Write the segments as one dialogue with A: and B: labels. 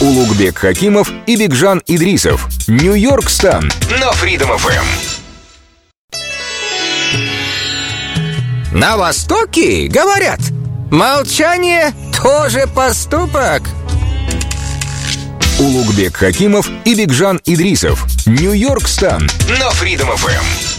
A: Улугбек Хакимов и Бигжан Идрисов. Нью-Йорк Стан на Freedom FM.
B: На Востоке говорят, молчание тоже поступок.
A: Улугбек Хакимов и Бигжан Идрисов. Нью-Йорк Стан на Freedom FM.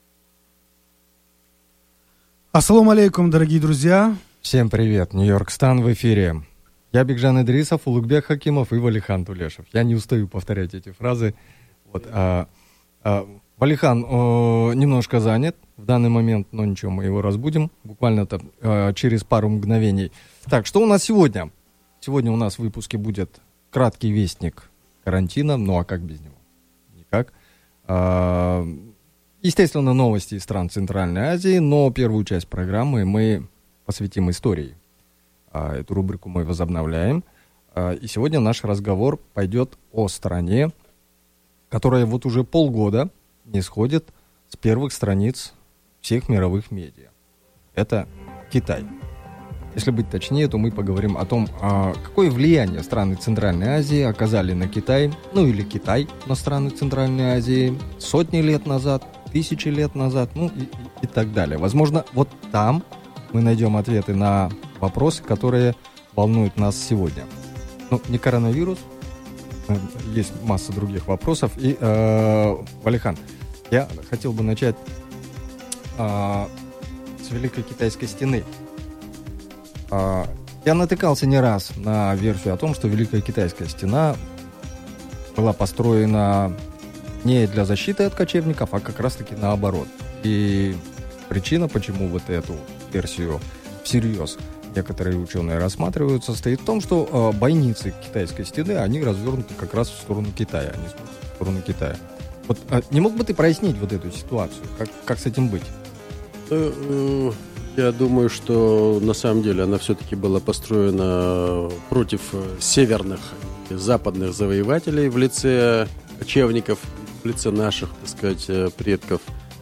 C: Ассаламу алейкум, дорогие друзья.
D: Всем привет, Нью-Йорк Стан в эфире. Я Бигжан Идрисов, Улугбек Хакимов и Валихан Тулешев. Я не устаю повторять эти фразы. Вот, Валихан немножко занят в данный момент, но ничего, мы его разбудим буквально через пару мгновений. Так, что у нас сегодня? Сегодня у нас в выпуске будет краткий вестник карантина, ну а как без него? Никак. Естественно, новости из стран Центральной Азии, но первую часть программы мы посвятим истории. Эту рубрику мы возобновляем. И сегодня наш разговор пойдет о стране, которая вот уже полгода не сходит с первых страниц всех мировых медиа. Это Китай. Если быть точнее, то мы поговорим о том, какое влияние страны Центральной Азии оказали на Китай, ну или Китай на страны Центральной Азии сотни лет назад, тысячи лет назад, ну и так далее. Возможно, вот там мы найдем ответы на вопросы, которые волнуют нас сегодня. Ну, не коронавирус, есть масса других вопросов. И, Валихан, я хотел бы начать с Великой Китайской стены. Я натыкался не раз на версию о том, что Великая Китайская стена была построена не для защиты от кочевников, а как раз-таки наоборот. И причина, почему вот эту версию всерьез некоторые ученые рассматривают, состоит в том, что бойницы Китайской стены, они развернуты как раз в сторону Китая, они смотрят в сторону Китая. Вот, не мог бы ты прояснить вот эту ситуацию? Как с этим быть?
E: Я думаю, что на самом деле она все-таки была построена против северных и западных завоевателей в лице кочевников, в лице наших, так сказать, предков.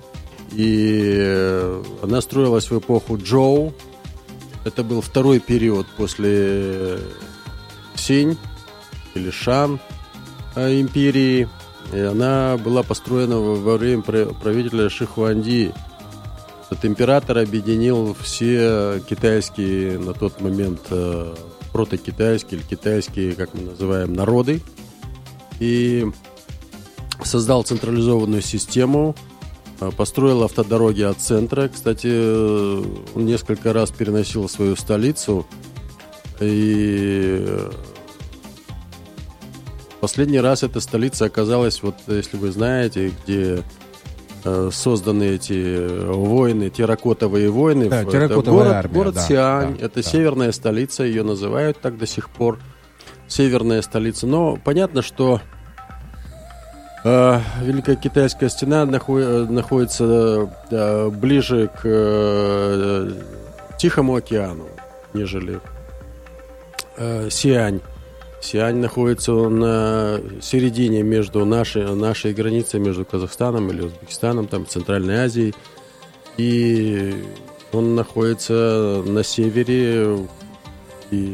E: И она строилась в эпоху Джоу. Это был второй период после Синь или Шан империи. И она была построена во время правителя Ши Хуанди. Этот император объединил все китайские на тот момент протокитайские или китайские, как мы называем, народы. И создал централизованную систему, построил автодороги от центра. Кстати, он несколько раз переносил свою столицу. И последний раз эта столица оказалась, вот если вы знаете, где созданы эти войны, терракотовые войны.
D: Да, терракотовая армия.
E: Город
D: да,
E: Сиань.
D: Да,
E: это
D: да.
E: северная столица, ее называют так до сих пор. Северная столица. Но понятно, что Великая Китайская стена находится ближе к Тихому океану, нежели Сиань. Сиань находится на середине между нашей границей, между Казахстаном или Узбекистаном, там, Центральной Азией. И он находится на севере и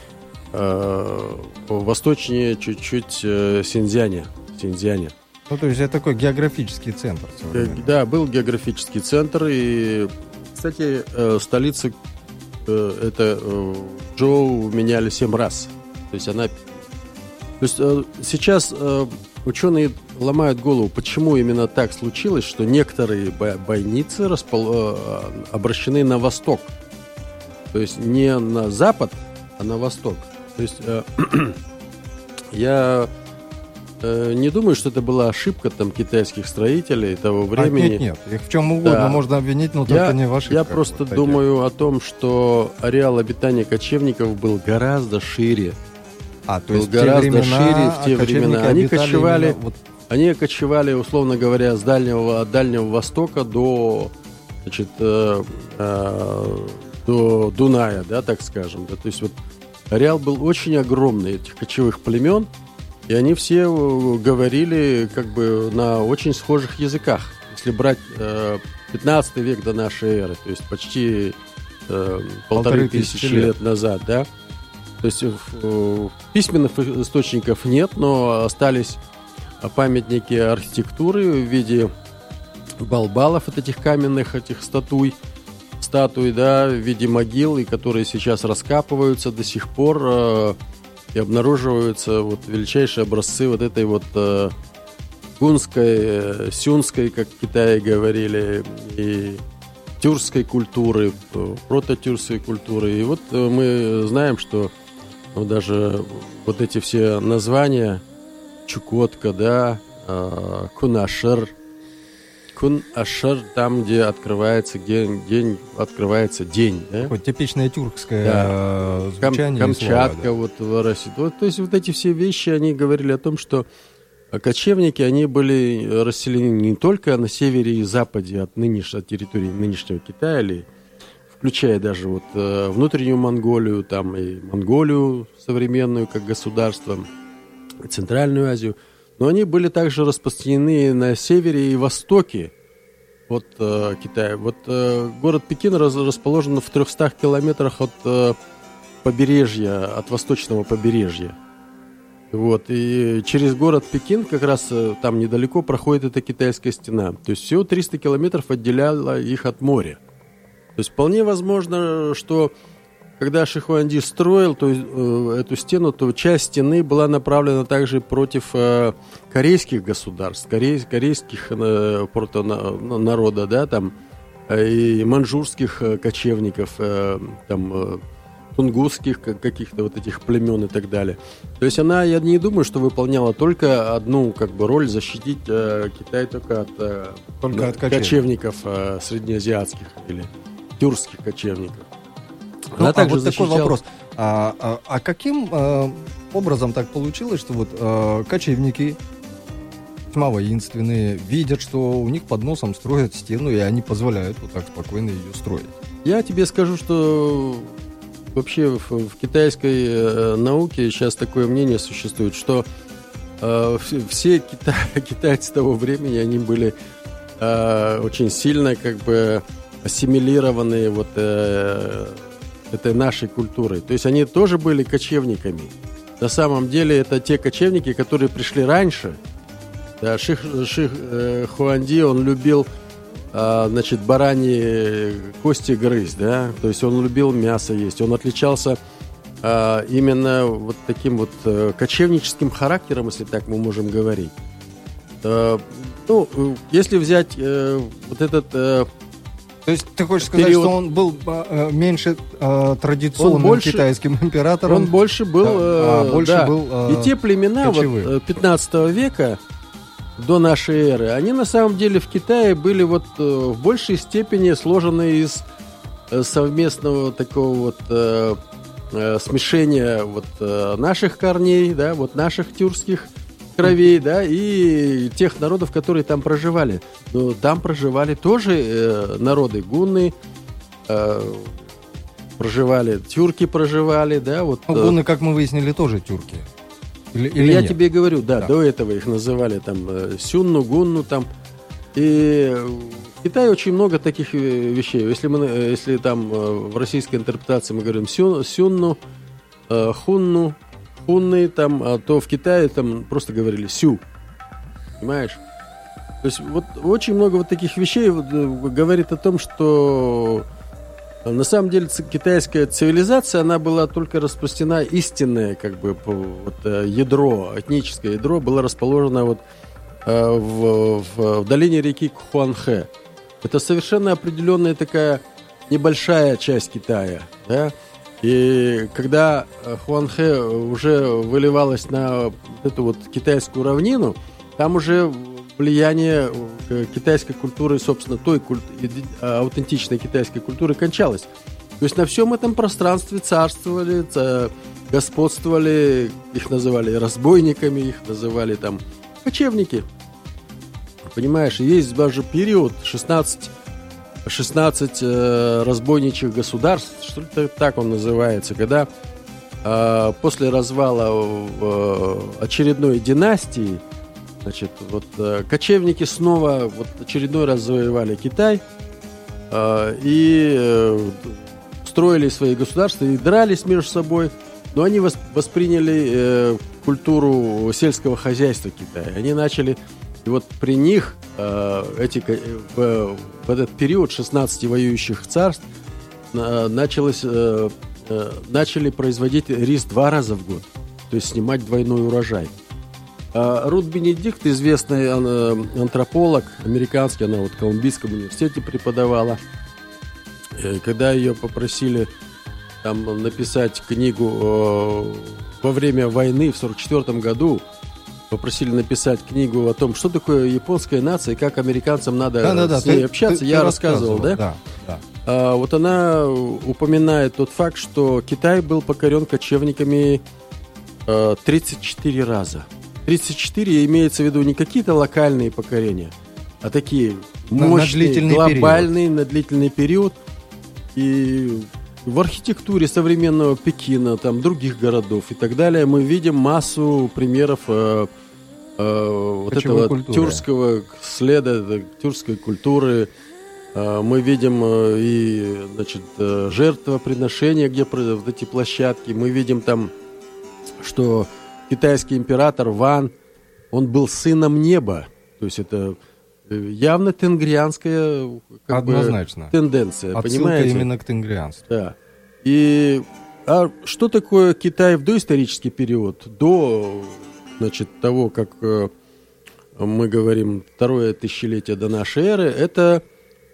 E: восточнее чуть-чуть Синьцзяня.
D: Ну, то есть это такой географический центр.
E: Да, был географический центр. И, кстати, столицы это Джоу меняли 7 раз. То есть сейчас ученые ломают голову, почему именно так случилось, что некоторые бойницы обращены на восток. То есть не на запад, а на восток. То есть я не думаю, что это была ошибка там китайских строителей того времени.
D: Нет, их в чем угодно можно обвинить, но только не в ошибках.
E: Я просто думаю о том, что ареал обитания кочевников был гораздо шире.
D: То есть
E: гораздо шире в те времена. Они кочевали, условно говоря, от Дальнего Востока до Дуная, да, так скажем. Да. То есть вот ареал был очень огромный этих кочевых племен. И они все говорили как бы на очень схожих языках. Если брать 15 век до нашей эры, то есть почти 1500 лет назад, да, То есть письменных источников нет, но остались памятники архитектуры в виде балбалов, от этих каменных этих статуй, да, в виде могил, и которые сейчас раскапываются до сих пор, и обнаруживаются вот величайшие образцы вот этой вот гунской, сюнской, как в Китае говорили, и тюркской культуры, прототюркской культуры. И вот мы знаем, что даже вот эти все названия, Чукотка, да, Кун-Ашер, там, где открывается день, открывается день, да?
D: Такое типичное тюркское звучание.
E: Камчатка,
D: слова, да.
E: вот в России. То есть вот эти все вещи, они говорили о том, что кочевники, они были расселены не только на севере и западе от территории нынешнего Китая, включая даже вот внутреннюю Монголию, там и Монголию современную как государство, Центральную Азию. Но они были также распространены на севере и востоке от Китая. Вот город Пекин расположен в 300 километрах от побережья, от восточного побережья. Вот, и через город Пекин как раз там недалеко проходит эта китайская стена. То есть всего 300 километров отделяло их от моря. То есть вполне возможно, что когда Ши Хуанди строил эту стену, то часть стены была направлена также против корейских государств, корейских народа, да, там, и маньчжурских кочевников, там, тунгусских каких-то вот этих племен и так далее. То есть она, я не думаю, что выполняла только одну как бы роль защитить Китай только от кочевников среднеазиатских или тюркских кочевников.
D: Ну, также вот такой вопрос. Каким образом так получилось, что вот кочевники весьма воинственные видят, что у них под носом строят стену, и они позволяют вот так спокойно ее строить? Я
E: тебе скажу, что вообще в китайской науке сейчас такое мнение существует, что все китайцы того времени, они были очень сильно как бы ассимилированы вот этой нашей культурой. То есть они тоже были кочевниками. На самом деле это те кочевники, которые пришли раньше. Да, Ши Хуанди, он любил бараньи кости грызть, да, то есть он любил мясо есть. Он отличался именно вот таким вот кочевническим характером, если так мы можем говорить. Ну, если взять вот этот...
D: То есть ты хочешь сказать, период, что он был меньше традиционным китайским императором?
E: Он больше был... И те племена вот, 15 века до нашей эры, они на самом деле в Китае были вот в большей степени сложены из совместного такого вот смешения вот наших корней, да, вот наших тюркских кровей, да, и тех народов, которые там проживали. Но там проживали тоже народы гунны, проживали, тюрки проживали, да, вот.
D: Ну, гунны, как мы выяснили, тоже тюрки.
E: Или я нет? Тебе говорю, да, до этого их называли там сюнну, гунну там. И в Китае очень много таких вещей. Если там в российской интерпретации мы говорим сюнну, хунну, хунны, там, то в Китае там просто говорили сю. Понимаешь? То есть вот очень много вот таких вещей говорит о том, что на самом деле китайская цивилизация, она была только распространена, истинное как бы вот, ядро, этническое ядро было расположено вот в долине реки Хуанхэ. Это совершенно определенная такая небольшая часть Китая, да? И когда Хуанхэ уже выливалась на эту вот китайскую равнину, там уже влияние китайской культуры, собственно, той аутентичной китайской культуры кончалось. То есть на всем этом пространстве царствовали, господствовали, их называли разбойниками, их называли там кочевники. Понимаешь, есть даже период 16 разбойничьих государств, что-то так он называется, когда после развала очередной династии, значит, вот кочевники снова вот очередной раз завоевали Китай и строили свои государства и дрались между собой. Но они восприняли культуру сельского хозяйства Китая. Они начали, и вот при них в этот период 16 воюющих царств начали производить рис 2 раза в год, то есть снимать двойной урожай. Рут Бенедикт, известный антрополог американский, она вот в Колумбийском университете преподавала. Когда ее попросили там написать книгу во время войны в 1944 году, попросили написать книгу о том, что такое японская нация и как американцам надо с ней общаться, я рассказывал, да? Да. Вот она упоминает тот факт, что Китай был покорен кочевниками 34 раза. 34 имеется в виду не какие-то локальные покорения, а такие мощные, глобальные, на длительный период. И в архитектуре современного Пекина, там, других городов и так далее мы видим массу примеров вот этого тюркского следа, тюркской культуры. Мы видим и, значит, жертвоприношения, где вот эти площадки. Мы видим там, что китайский император Ван, он был сыном неба. То есть это явно тенгрианская тенденция.
D: Отсылка
E: понимаете?
D: Именно к тенгрианству.
E: Да. И что такое Китай в доисторический период? До, значит, того, как мы говорим, 2-е тысячелетие до нашей эры, это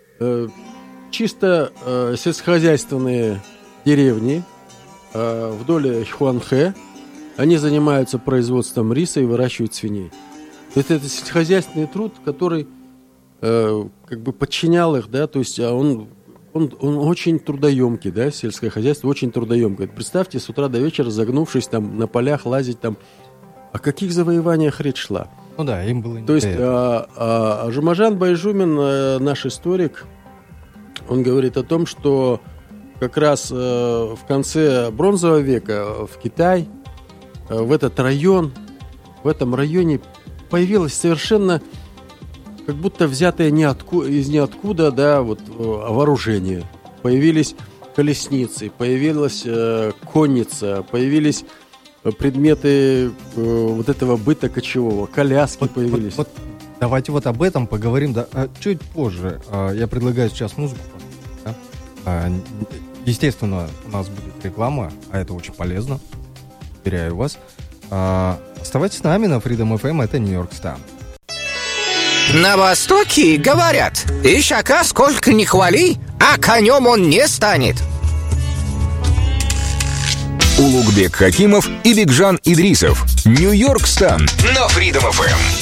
E: чисто сельскохозяйственные деревни вдоль Хуанхэ. Они занимаются производством риса и выращивают свиней. Это сельскохозяйственный труд, который как бы подчинял их, да, то есть он очень трудоемкий, да, сельское хозяйство очень трудоемкое. Представьте, с утра до вечера, загнувшись там на полях, лазить там. О каких завоеваниях речь шла?
D: Ну да, им было
E: то есть Жумажан Байжумин, наш историк, он говорит о том, что как раз в конце бронзового века в Китай, в этом районе появилось совершенно как будто взятое из ниоткуда, да, вот вооружение. Появились колесницы, появилась конница, появились предметы вот этого быта кочевого, коляски появились.
D: Вот, давайте вот об этом поговорим чуть позже. Я предлагаю сейчас музыку. Да? Естественно, у нас будет реклама, а это очень полезно. Уверяю вас. Оставайтесь с нами на Freedom FM, это Нью-Йорк Стан.
B: На Востоке говорят, ишака сколько ни хвали, а конем он не станет.
A: Улугбек Хакимов и Бигжан Идрисов. Нью-Йорк Стан на Freedom FM.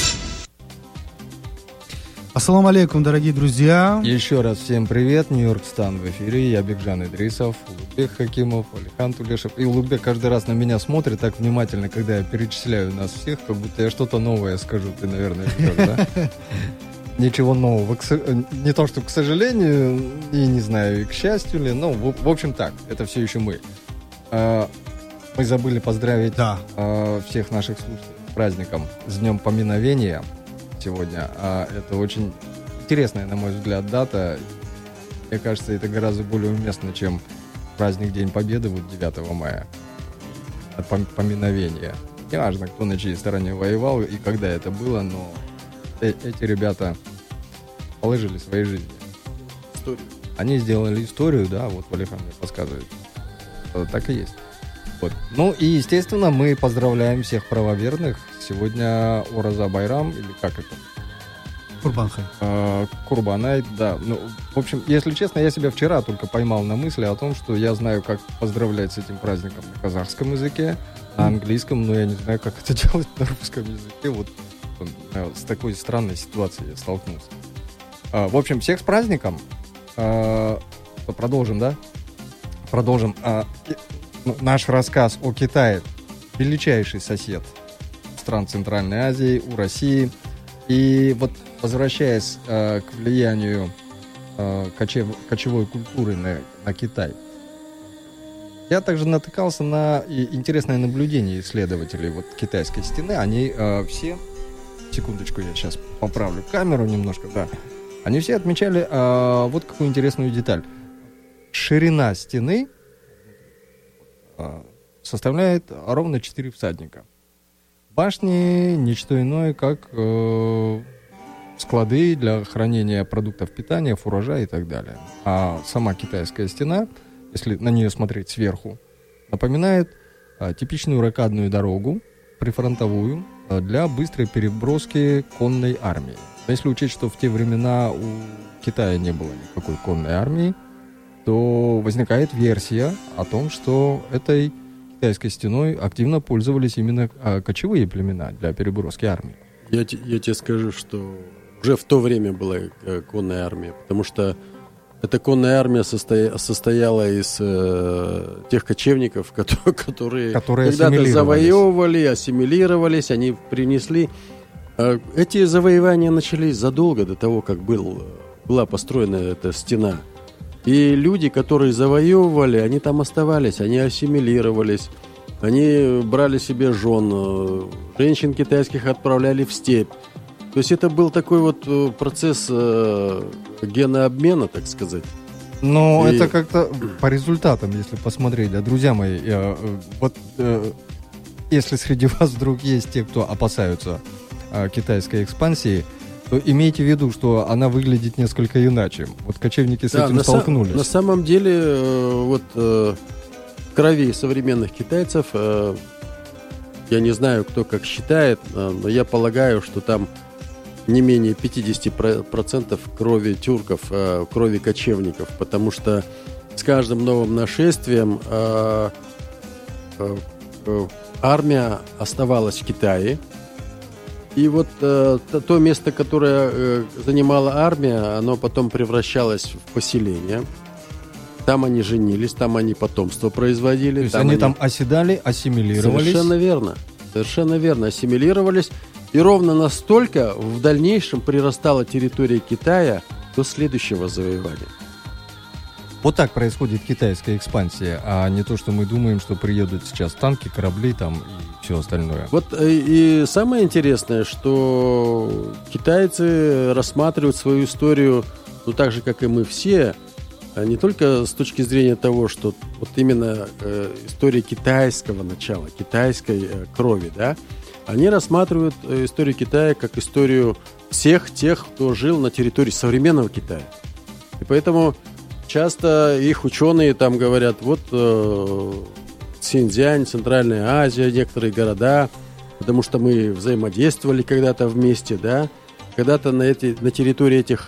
C: Ассаламу алейкум, дорогие друзья.
D: Еще раз всем привет. Нью-Йорк Стан в эфире. Я Бигжан Идрисов, Улугбек Хакимов, Алихан Тулешев. И Улугбек каждый раз на меня смотрит так внимательно, когда я перечисляю нас всех, как будто я что-то новое скажу. Ты, наверное, ждешь, да? Ничего нового. Не то, что к сожалению, и не знаю, и к счастью ли, но в общем так, это все еще мы. Мы забыли поздравить всех наших слушателей с праздником, с Днем Поминовения сегодня. Это очень интересная, на мой взгляд, дата. Мне кажется, это гораздо более уместно, чем праздник День Победы, вот 9 мая. Поминовение. Не важно, кто на чьей стороне воевал и когда это было, но эти ребята положили свои жизни.
E: Историю.
D: Они сделали историю, да, вот Валихан мне подсказывает. Так и есть. Вот. Ну и, естественно, мы поздравляем всех правоверных. Сегодня Ораза Байрам, или как это?
C: Курбан-хай.
D: Курбан-айт, да. Ну, в общем, если честно, я себя вчера только поймал на мысли о том, что я знаю, как поздравлять с этим праздником на казахском языке, на английском, но я не знаю, как это делать на русском языке. Вот с такой странной ситуацией я столкнулся. В общем, всех с праздником. Продолжим, да? Продолжим. Наш рассказ о Китае. Величайший сосед стран Центральной Азии, у России. И вот возвращаясь к влиянию кочевой культуры на Китай, я также натыкался на интересное наблюдение исследователей вот китайской стены. Они все... Секундочку, я сейчас поправлю камеру немножко. Да. Они все отмечали вот какую интересную деталь. Ширина стены составляет ровно 4 всадника. Башни — ничто иное, как склады для хранения продуктов питания, фуража и так далее. А сама китайская стена, если на нее смотреть сверху, напоминает типичную рокадную дорогу, прифронтовую, для быстрой переброски конной армии. Но если учесть, что в те времена у Китая не было никакой конной армии, то возникает версия о том, что этой китайской стеной активно пользовались именно кочевые племена для переброски армии.
E: Я тебе скажу, что уже в то время была конная армия, потому что эта конная армия состояла из тех кочевников, которые когда-то завоевывали, ассимилировались, они принесли. Эти завоевания начались задолго до того, как была построена эта стена. И люди, которые завоевывали, они там оставались, они ассимилировались, они брали себе жен, женщин китайских отправляли в степь. То есть это был такой вот процесс генообмена, так сказать.
D: Но это как-то по результатам, если посмотреть, да, друзья мои, если среди вас вдруг есть те, кто опасаются китайской экспансии, то имейте в виду, что она выглядит несколько иначе. Вот кочевники с этим столкнулись.
E: На самом деле, в крови современных китайцев, я не знаю, кто как считает, но я полагаю, что там не менее 50% крови тюрков, крови кочевников, потому что с каждым новым нашествием армия оставалась в Китае. И вот то место, которое занимала армия, оно потом превращалось в поселение. Там они женились, там они потомство производили.
D: То есть они там оседали, ассимилировались?
E: Совершенно верно, ассимилировались. И ровно настолько в дальнейшем прирастала территория Китая до следующего завоевания.
D: Вот так происходит китайская экспансия, а не то, что мы думаем, что приедут сейчас танки, корабли там и все остальное.
E: Вот и самое интересное, что китайцы рассматривают свою историю, так же, как и мы все, не только с точки зрения того, что вот именно история китайского начала, китайской крови, да, они рассматривают историю Китая как историю всех тех, кто жил на территории современного Китая. И поэтому часто их ученые там говорят, вот Синьцзянь, Центральная Азия, некоторые города, потому что мы взаимодействовали когда-то вместе, да, когда-то на территории этих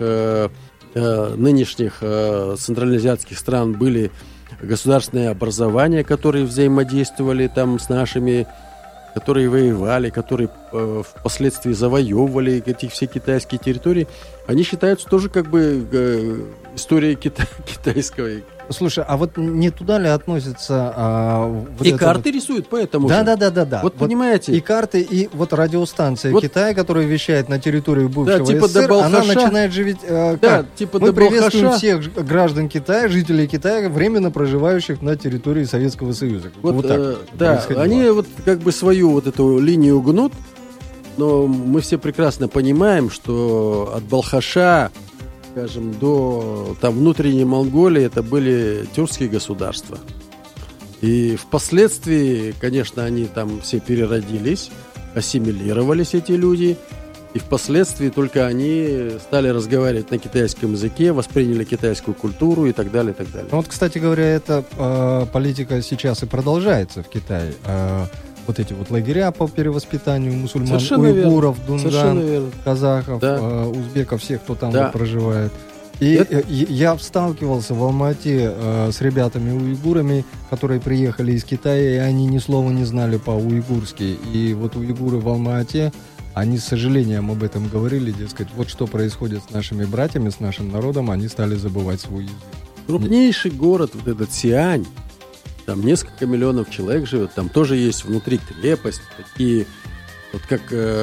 E: нынешних центральноазиатских стран были государственные образования, которые взаимодействовали там с нашими, которые воевали, которые впоследствии завоевывали эти все китайские территории, они считаются тоже как бы историей китайского.
D: Слушай, а вот не туда ли относятся...
E: и карты рисуют, поэтому
D: Да.
E: Вот понимаете...
D: И карты, и вот радиостанция
E: вот,
D: Китая, которая вещает на территории бывшего
E: типа
D: СССР, она начинает живить... Мы приветствуем всех граждан Китая, жителей Китая, временно проживающих на территории Советского Союза.
E: Вот так они вот как бы свою вот эту линию гнут, но мы все прекрасно понимаем, что от Балхаша, скажем, до там внутренней Монголии это были тюркские государства. И впоследствии, конечно, они там все переродились, ассимилировались эти люди, и впоследствии только они стали разговаривать на китайском языке, восприняли китайскую культуру и так далее, и так далее.
D: Ну вот, кстати говоря, эта политика сейчас и продолжается в Китае. Вот эти вот лагеря по перевоспитанию мусульман,
E: совершенно
D: уйгуров,
E: верно.
D: дунган, казахов, узбеков, всех, кто там вот проживает. И я сталкивался в Алма-Ате с ребятами-уйгурами, которые приехали из Китая, и они ни слова не знали по-уйгурски. И вот уйгуры в Алма-Ате, они с сожалением об этом говорили, дескать, вот что происходит с нашими братьями, с нашим народом, они стали забывать свой язык.
E: Крупнейший город, вот этот Сиань, там несколько миллионов человек живет, там тоже есть внутри крепость, такие, вот как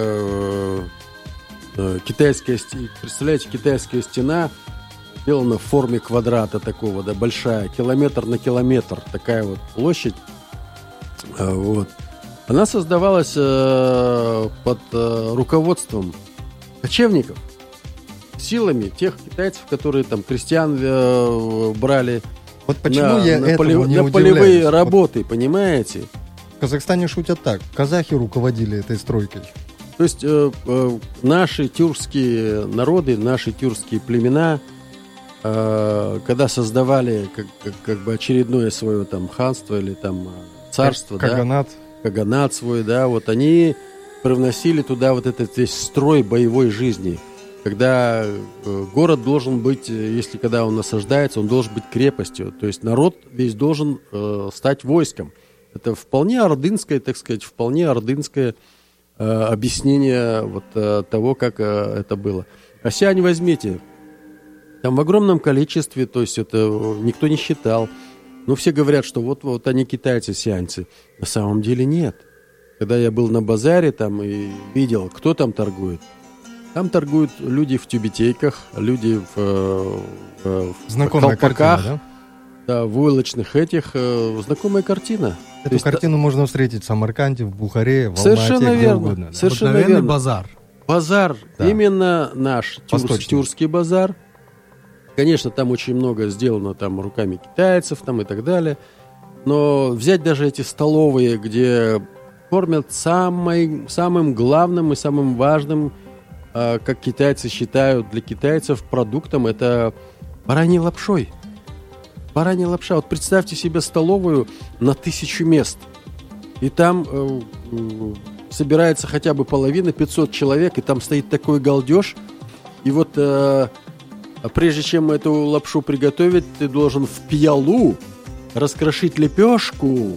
E: китайская, представляете, китайская стена сделана в форме квадрата такого, да, большая, километр на километр, такая вот площадь, вот. Она создавалась под руководством кочевников, силами тех китайцев, которые там крестьян брали
D: вот почему
E: на полевые работы, понимаете?
D: В Казахстане шутят так. Казахи руководили этой стройкой.
E: То есть наши тюркские народы, наши тюркские племена, когда создавали как бы очередное свое там ханство или там царство,
D: Каганат.
E: Да, каганат свой, да, вот они привносили туда вот этот весь строй боевой жизни, когда город должен быть, если когда он насаждается, он должен быть крепостью, то есть народ весь должен стать войском. Это вполне ордынское, так сказать, вполне ордынское объяснение вот того, как это было. А сиань возьмите, там в огромном количестве, то есть это никто не считал. Ну, все говорят, что вот они китайцы, сианьцы. На самом деле нет. Когда я был на базаре там и видел, кто там торгует. Там торгуют люди в тюбетейках, люди в
D: Знакомая
E: колпаках,
D: картина,
E: да, в улочных этих. Знакомая картина.
D: Эту картину можно встретить в Самарканде, в Бухаре, в
E: Совершенно
D: Алмате,
E: верно.
D: где угодно. Да.
E: Совершенно
C: Обыкновенный
E: верно.
C: базар.
E: Базар,
D: Да.
E: именно наш
D: Восточный.
E: тюркский базар. Конечно, там очень много сделано там руками китайцев там и так далее. Но взять даже эти столовые, где кормят самым главным и самым важным, как китайцы считают, для китайцев продуктом, это бараньей лапшой. Баранья лапша. Вот представьте себе столовую на 1000 мест. И там собирается хотя бы половина, 500 человек, и там стоит такой галдеж. И вот прежде чем эту лапшу приготовить, ты должен в пиалу раскрошить лепешку,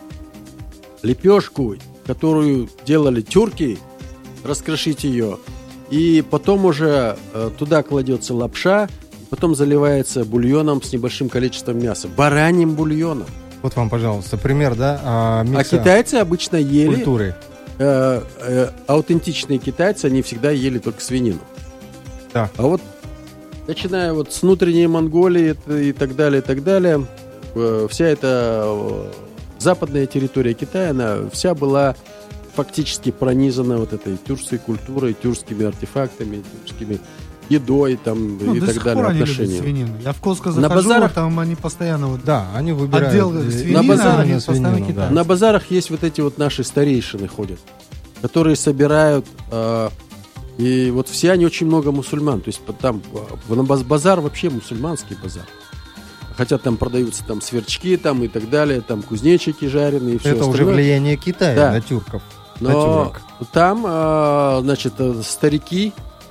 E: которую делали тюрки, раскрошить ее. И потом уже туда кладется лапша, потом заливается бульоном с небольшим количеством мяса. Бараньим бульоном.
D: Вот вам, пожалуйста, пример, да,
E: А
D: микса
E: китайцы обычно ели,
D: культуры.
E: аутентичные китайцы, они всегда ели только свинину.
D: Да.
E: А вот начиная вот с внутренней Монголии и так далее, вся эта западная территория Китая, она вся была фактически пронизана вот этой тюркской культурой, тюркскими артефактами, тюркскими едой там, и
C: до
E: так
C: сих
E: далее,
C: пор они любят
E: отношения.
C: свинину. Я в Коско
E: На
C: захожу,
E: базарах-
C: там они постоянно вот
D: Да, они выбирают
C: отдел свинина,
E: базарах
C: они
D: свинину,
C: постоянно
D: да.
C: китайцы.
E: На базарах есть вот эти вот наши старейшины ходят, которые собирают, и вот все они очень много мусульман, то есть там базар вообще мусульманский базар. Хотя там продаются там сверчки там и так далее, там кузнечики жареные и все
D: Это уже
E: остальное.
D: влияние Китая
E: Да.
D: на тюрков. на
E: Но
D: тюрок.
E: там, значит, старики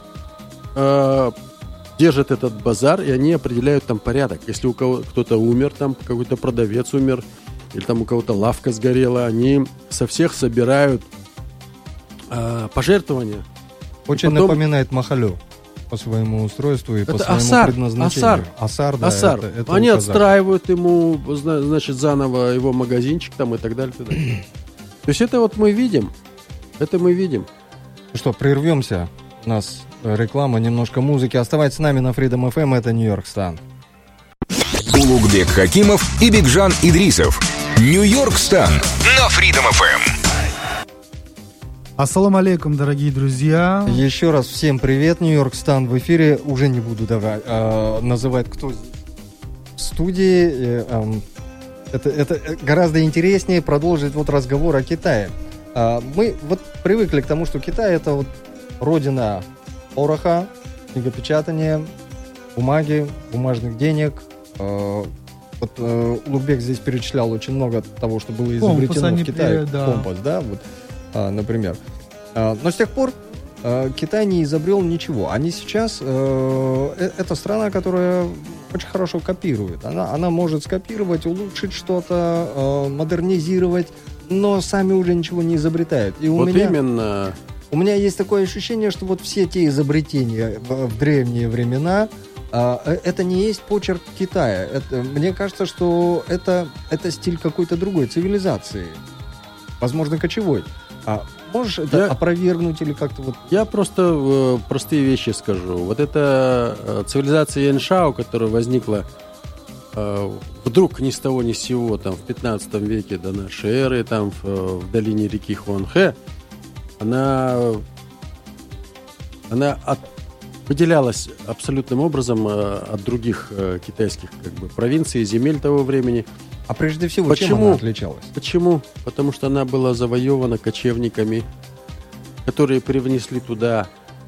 E: держат этот базар, и они определяют там порядок. Если у кого кто-то умер, там какой-то продавец умер, или там у кого-то лавка сгорела, они со всех собирают пожертвования.
D: Очень
E: потом-
D: напоминает Махалё по своему устройству и по
E: Это
D: своему
E: асар,
D: предназначению. Асар, да.
E: Асар.
D: это
E: Они
D: у казахов.
E: отстраивают ему, значит, заново его магазинчик там и так далее. Так далее. То есть это вот мы видим. Это мы видим.
D: Ну что, прервемся. У нас реклама, немножко музыки. Оставайтесь с нами на Freedom FM. Это Нью-Йорк Стан.
A: Улугбек Хакимов и Бигжан Идрисов. Нью-Йорк Стан на Freedom FM.
C: Ассаламу алейкум, дорогие друзья.
D: Еще раз всем привет. Нью-Йорк Стан в эфире. Уже не буду называть, кто здесь в студии. Это гораздо интереснее продолжить вот разговор о Китае. Мы вот привыкли к тому, что Китай — это вот родина пороха, книгопечатания, бумаги, бумажных денег. Вот Улугбек здесь перечислял очень много того, что было изобретено
C: они
D: в Китае.
C: да.
D: Компас, да, вот, например. Но с тех пор Китай не изобрел ничего. Они сейчас... это страна, которая очень хорошо копирует. Она может скопировать, улучшить что-то, модернизировать, но сами уже ничего не изобретают. И
E: Вот именно.
D: у меня есть такое ощущение, что вот все те изобретения в древние времена, это не есть почерк Китая. Мне кажется, что это стиль какой-то другой цивилизации. Возможно, кочевой. Можешь это опровергнуть или как-то вот...
E: Я просто простые вещи скажу. Вот эта цивилизация Яншао, которая возникла вдруг ни с того ни с сего, там, в 15 веке до нашей эры, там, в долине реки Хуанхэ, она выделялась абсолютным образом от других китайских как бы провинций и земель того времени.
D: А прежде всего, чем она отличалась?
E: Почему? Потому что она была завоевана кочевниками, которые привнесли туда,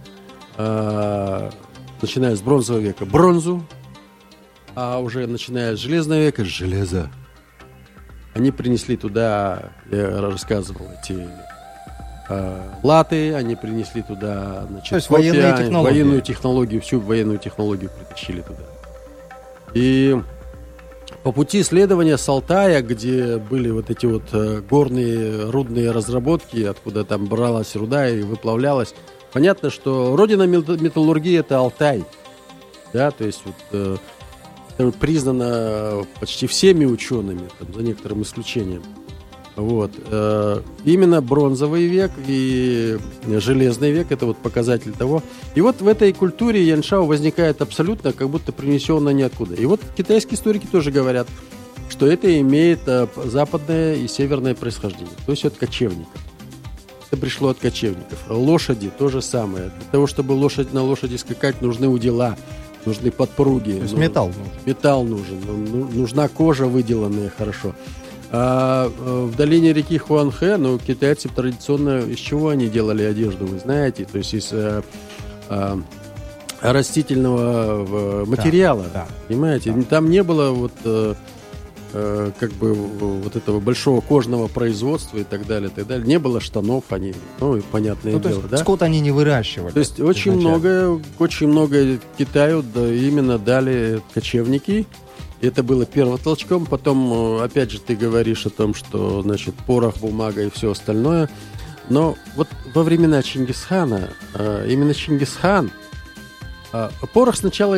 E: начиная с бронзового века, бронзу, а уже начиная с железного века, железо. Они принесли туда, я рассказывал, эти латы, они принесли туда, значит,
D: то есть военную
E: технологию, всю военную технологию притащили туда. И по пути исследования с Алтая, где были вот эти вот горные рудные разработки, откуда там бралась руда и выплавлялась, понятно, что родина металлургии — это Алтай. Да, то есть вот, это признано почти всеми учеными, там, за некоторым исключением. Вот. Именно бронзовый век и железный век — это вот показатель того. И вот в этой культуре яншау возникает абсолютно как будто принесенное ниоткуда. И вот китайские историки тоже говорят, что это имеет западное и северное происхождение. То есть от кочевников. Это пришло от кочевников. Лошади — то же самое. Для того, чтобы на лошади скакать, нужны удила, нужны подпруги.
D: То есть металл нужен.
E: Металл нужен. Нужна кожа, выделанная хорошо. А в долине реки Хуанхэ, китайцы традиционно из чего они делали одежду, вы знаете? То есть из растительного материала,
D: да.
E: Понимаете? Да. Там не было вот этого большого кожного производства и так далее, и так далее. Не было штанов, они, понятное дело, да?
D: Скот они не выращивали.
E: То есть очень много Китаю именно дали кочевники. Это было первым толчком. Потом, опять же, ты говоришь о том, что, значит, порох, бумага и все остальное. Но вот во времена Чингисхана, именно Чингисхан, порох сначала,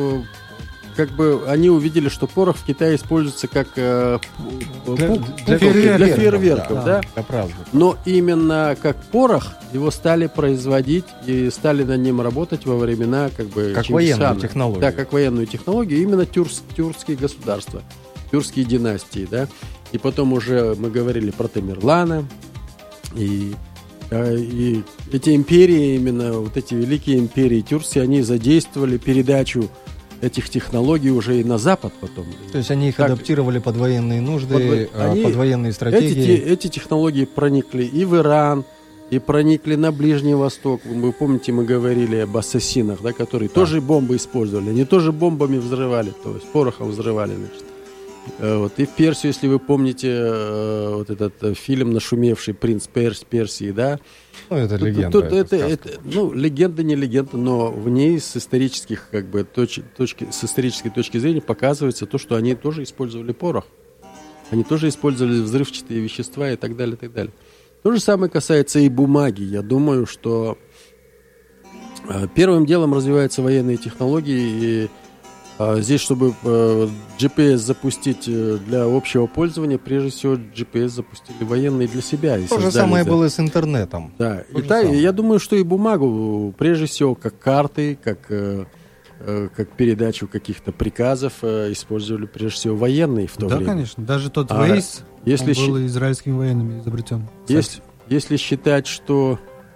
E: они увидели, что порох в Китае используется как для фейерверков, да? Но именно как порох его стали производить и стали на нем работать во времена как
D: военную технологию.
E: Да, как военную технологию. Именно тюркские государства, тюркские династии, да. И потом уже мы говорили про Тамерлана. И эти империи, именно вот эти великие империи тюркские, они задействовали передачу этих технологий уже и на Запад потом.
D: То есть они их адаптировали под военные нужды, под военные стратегии.
E: Эти технологии проникли и в Иран, и проникли на Ближний Восток. Вы помните, мы говорили об ассасинах, да, которые тоже бомбы использовали. Они тоже бомбами взрывали, то есть порохом взрывали, значит. Вот. И в Персию, если вы помните вот этот фильм нашумевший «Принц Персии», да?
D: Это легенда.
E: Легенда, не легенда, но в ней с исторических, с исторической точки зрения показывается то, что они тоже использовали порох. Они тоже использовали взрывчатые вещества и так далее, и так далее. То же самое касается и бумаги. Я думаю, что первым делом развиваются военные технологии, и здесь, чтобы GPS запустить для общего пользования, прежде всего GPS запустили военные для себя.
D: То же самое было с интернетом.
E: Да, я думаю, что и бумагу, прежде всего, как карты, как передачу каких-то приказов использовали прежде всего военные в то время.
C: Да, конечно. Даже тот Waze был израильскими военными изобретен.
E: Если считать, что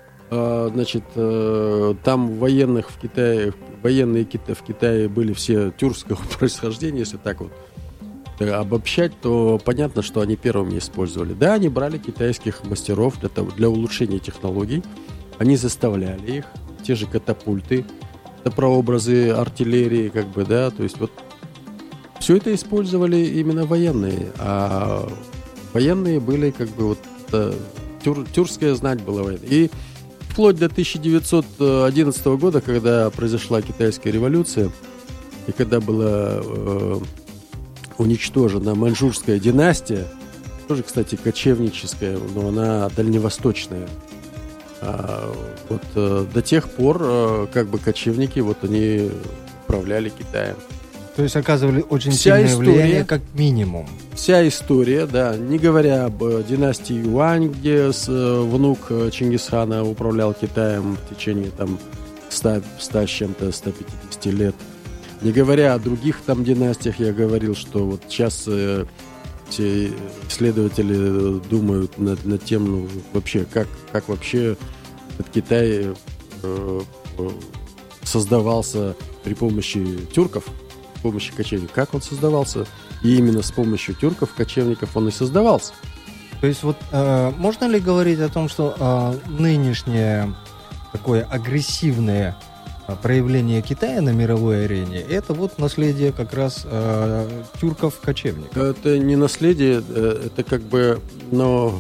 E: там военные в Китае были все тюркского происхождения, если так вот обобщать, то понятно, что они первыми использовали. Да, они брали китайских мастеров для улучшения технологий, они заставляли их, те же катапульты, это прообразы артиллерии, то есть вот все это использовали именно военные, а военные были тюркская знать была военная. И вплоть до 1911 года, когда произошла китайская революция, и когда была уничтожена маньчжурская династия, тоже, кстати, кочевническая, но она дальневосточная, до тех пор кочевники, они управляли Китаем.
D: То есть оказывали очень сильное влияние, как минимум.
E: Вся история, да, не говоря об династии Юань, где внук Чингисхана управлял Китаем в течение 100 с чем-то, 150 лет. Не говоря о других династиях, я говорил, что вот сейчас все исследователи думают над тем, вообще, как вообще этот Китай создавался при помощи тюрков. помощью кочевников. Как он создавался? И именно с помощью тюрков-кочевников он и создавался.
D: То есть вот можно ли говорить о том, что нынешнее такое агрессивное проявление Китая на мировой арене, это вот наследие как раз тюрков-кочевников?
E: Это не наследие, это как бы, но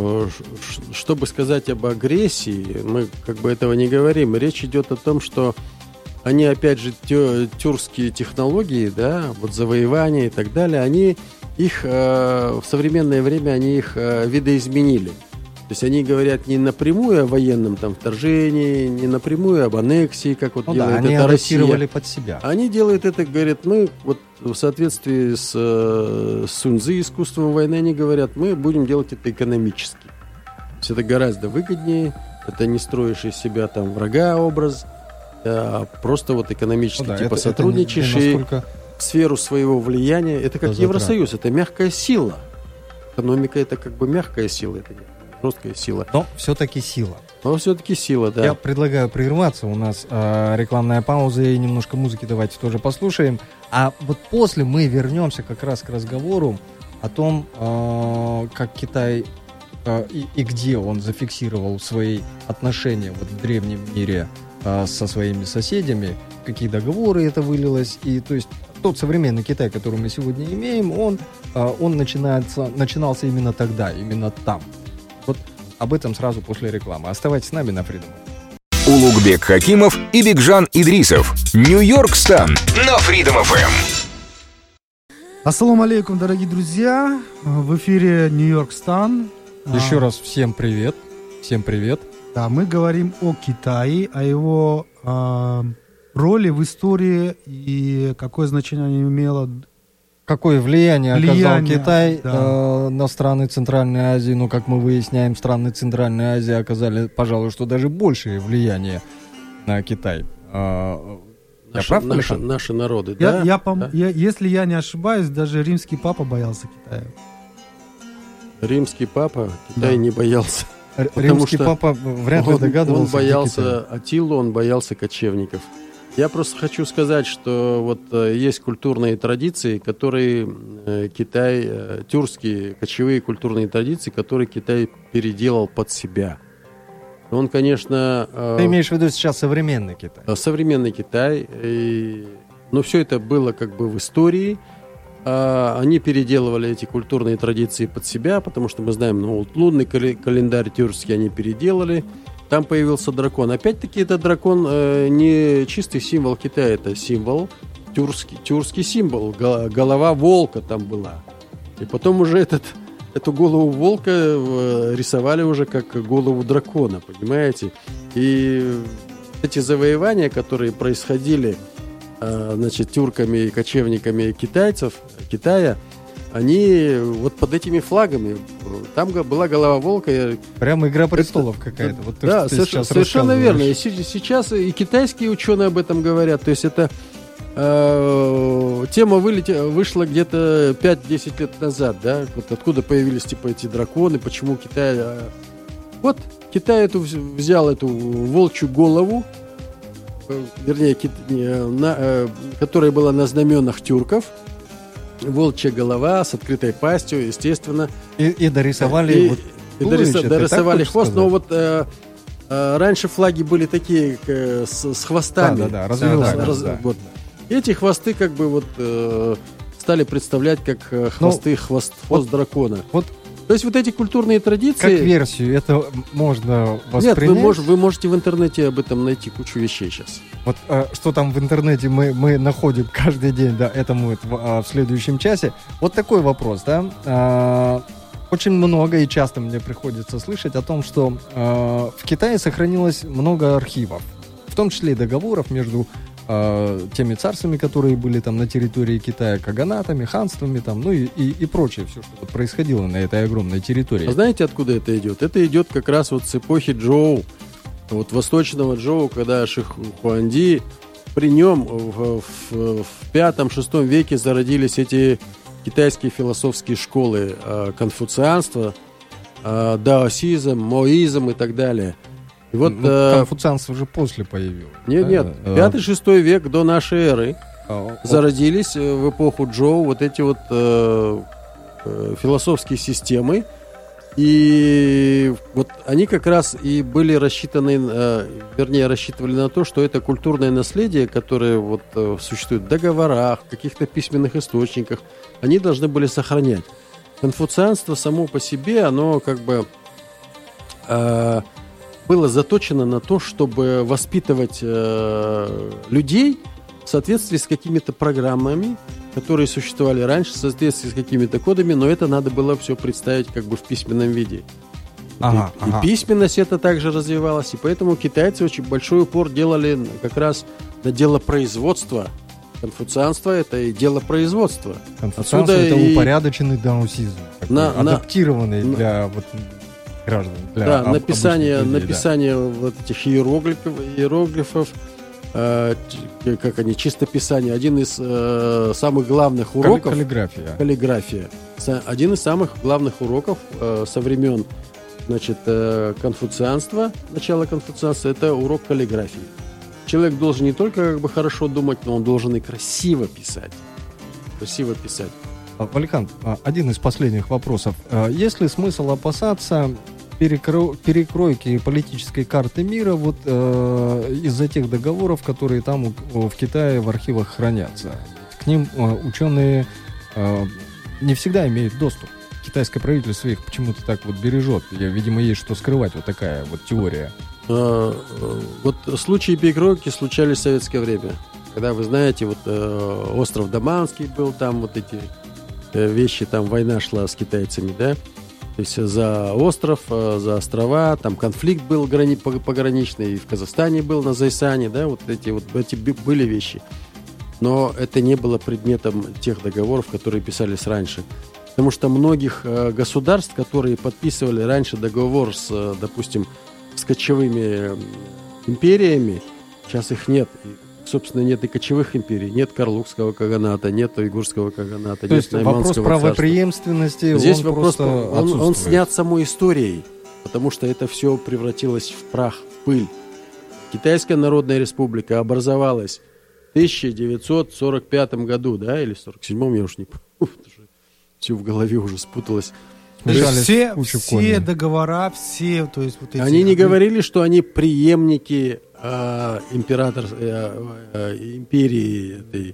E: чтобы сказать об агрессии, мы как бы этого не говорим. Речь идет о том, что они, опять же, тюркские технологии, да, вот завоевания и так далее, они их в современное время они их видоизменили. То есть они говорят не напрямую о военном там вторжении, не напрямую об аннексии, как вот делает
D: они
E: это Россия.
D: адаптировали под себя.
E: Они делают это, говорят, мы вот в соответствии с Суньцзы, искусством войны, они говорят, мы будем делать это экономически. То есть это гораздо выгоднее, это не строишь из себя там врага образ, а просто вот экономически сотрудничаешь и сферу своего влияния. Это как Евросоюз, это мягкая сила. Экономика это как бы мягкая сила, это не жесткая сила.
D: Но все-таки сила.
E: Но все-таки сила, да.
D: Я предлагаю прерваться. У нас рекламная пауза и немножко музыки давайте тоже послушаем. А вот после мы вернемся как раз к разговору о том, как Китай и где он зафиксировал свои отношения вот в древнем мире со своими соседями, какие договоры это вылилось. И то есть тот современный Китай, который мы сегодня имеем, он начинался именно тогда, именно там. Вот об этом сразу после рекламы. Оставайтесь с нами на Freedom.
A: Улугбек Хакимов и Бигжан Идрисов. Нью-Йорк Стан на Freedom FM.
C: Ассаламу алейкум, дорогие друзья. В эфире Нью-Йорк Стан.
D: Еще раз всем привет. Всем привет.
C: Да, мы говорим о Китае, о его роли в истории и какое значение она имела.
D: Какое влияние оказал Китай на страны Центральной Азии? Ну, как мы выясняем, страны Центральной Азии оказали, пожалуй, что даже большее влияние на Китай.
E: Наши народы, да?
C: Если я не ошибаюсь, даже римский папа боялся Китая.
E: Римский папа Китай не боялся.
D: Римский папа вряд ли догадывался.
E: Он боялся Аттилу, он боялся кочевников. Я просто хочу сказать, что вот есть культурные традиции, которые Китай, тюркские кочевые культурные традиции, которые Китай переделал под себя. Он, конечно...
D: Ты имеешь в виду сейчас современный Китай?
E: Современный Китай. Но все это было как бы в истории. Они переделывали эти культурные традиции под себя, потому что мы знаем, лунный календарь тюркский они переделали. Там появился дракон. Опять-таки, этот дракон не чистый символ Китая, это символ, тюркский символ. Голова волка там была. И потом уже эту голову волка рисовали уже как голову дракона, понимаете? И эти завоевания, которые происходили, значит, тюрками и кочевниками Китая, они вот под этими флагами, там была голова волка.
D: Прямо «Игра престолов» какая-то. Вот
E: да, совершенно верно. И сейчас и китайские ученые об этом говорят. То есть это тема вышла где-то 5-10 лет назад, да? Вот откуда появились типа эти драконы, почему Китай... Вот Китай взял эту волчью голову, вернее, которая была на знаменах тюрков, волчья голова с открытой пастью, естественно.
D: И дорисовали
E: дорисовали хвост, но вот раньше флаги были такие с хвостами. Вот. Эти хвосты как бы вот стали представлять как хвост дракона.
D: Вот.
E: То есть вот эти культурные традиции...
D: Как версию это можно воспринять?
E: Нет, вы можете в интернете об этом найти кучу вещей сейчас.
D: Вот что там в интернете мы находим каждый день, да, это мы в следующем часе. Вот такой вопрос, да. Очень много и часто мне приходится слышать о том, что в Китае сохранилось много архивов, в том числе и договоров между теми царствами, которые были там на территории Китая, каганатами, ханствами, там, ну и прочее, все, что вот происходило на этой огромной территории.
E: А знаете, откуда это идет? Это идет как раз вот с эпохи Джоу, вот восточного Джоу, когда Ших Хуанди, при нем в 5-6 веке зародились эти китайские философские школы, конфуцианство, даосизм, моизм и так далее. И вот,
D: конфуцианство уже после появилось.
E: Нет, 5-6 век до нашей эры. зародились в эпоху Джоу вот эти вот философские системы. И вот они как раз и были рассчитаны, рассчитывали на то, что это культурное наследие, которое вот существует в договорах, в каких-то письменных источниках, они должны были сохранять. Конфуцианство само по себе, оно как бы было заточено на то, чтобы воспитывать людей в соответствии с какими-то программами, которые существовали раньше, в соответствии с какими-то кодами, но это надо было все представить как бы в письменном виде. И письменность это также развивалась, и поэтому китайцы очень большой упор делали как раз на дело производства. Конфуцианство это и дело производства.
D: Конфуцианство это упорядоченный даосизм, адаптированный для граждан.
E: Для написание вот этих иероглифов, как они, чистописание, один из самых главных уроков. Каллиграфия. Один из самых главных уроков со времен, значит, конфуцианства, начала конфуцианства, это урок каллиграфии. Человек должен не только как бы хорошо думать, но он должен и красиво писать.
D: Валихан, один из последних вопросов. Есть ли смысл опасаться перекройки политической карты мира вот из-за тех договоров, которые там в Китае в архивах хранятся? К ним ученые не всегда имеют доступ. Китайское правительство их почему-то так вот бережет. Видимо, есть что скрывать, вот такая вот теория.
E: Вот случаи перекройки случались в советское время. Когда, вы знаете, вот остров Даманский был, там вот эти вещи, там война шла с китайцами, да? То есть за остров, за острова, там конфликт был пограничный, и в Казахстане был, на Зайсане, да, вот эти были вещи. Но это не было предметом тех договоров, которые писались раньше. Потому что многих государств, которые подписывали раньше договор с, допустим, с кочевыми империями, сейчас их нет. Собственно, нет и кочевых империй, нет Карлукского каганата, нет Уйгурского каганата,
D: то
E: нет
D: есть вопрос правопреемственности,
E: здесь вопрос он снят самой историей, потому что это все превратилось в прах, в пыль. Китайская Народная Республика образовалась в 1945 году, да, или 47-м, я уж не помню, все в голове уже спуталось.
C: Все договора, все, то есть вот эти...
E: Они не говорили, что они преемники империи этой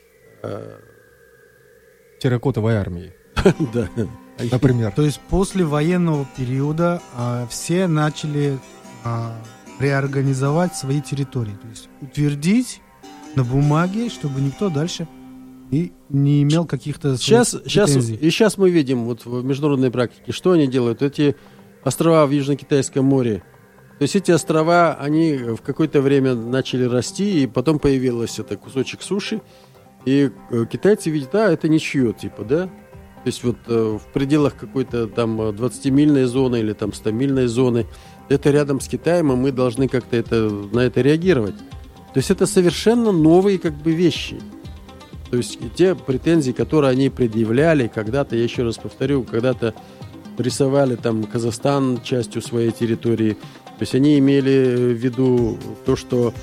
D: терракотовой армии.
E: Да.
D: Например.
C: То есть после военного периода все начали реорганизовать свои территории. То есть утвердить на бумаге, чтобы никто дальше и не имел каких-то претензий.
E: Сейчас мы видим вот в международной практике, что они делают. Эти острова в Южно-Китайском море. То есть эти острова, они в какое-то время начали расти, и потом появился это кусочек суши, и китайцы видят, это ничье, типа, да? То есть вот в пределах какой-то там 20-мильной зоны или там 100-мильной зоны, это рядом с Китаем, и мы должны как-то на это реагировать. То есть это совершенно новые как бы вещи. То есть те претензии, которые они предъявляли когда-то, я еще раз повторю, когда-то рисовали там Казахстан частью своей территории. То есть они имели в виду то, что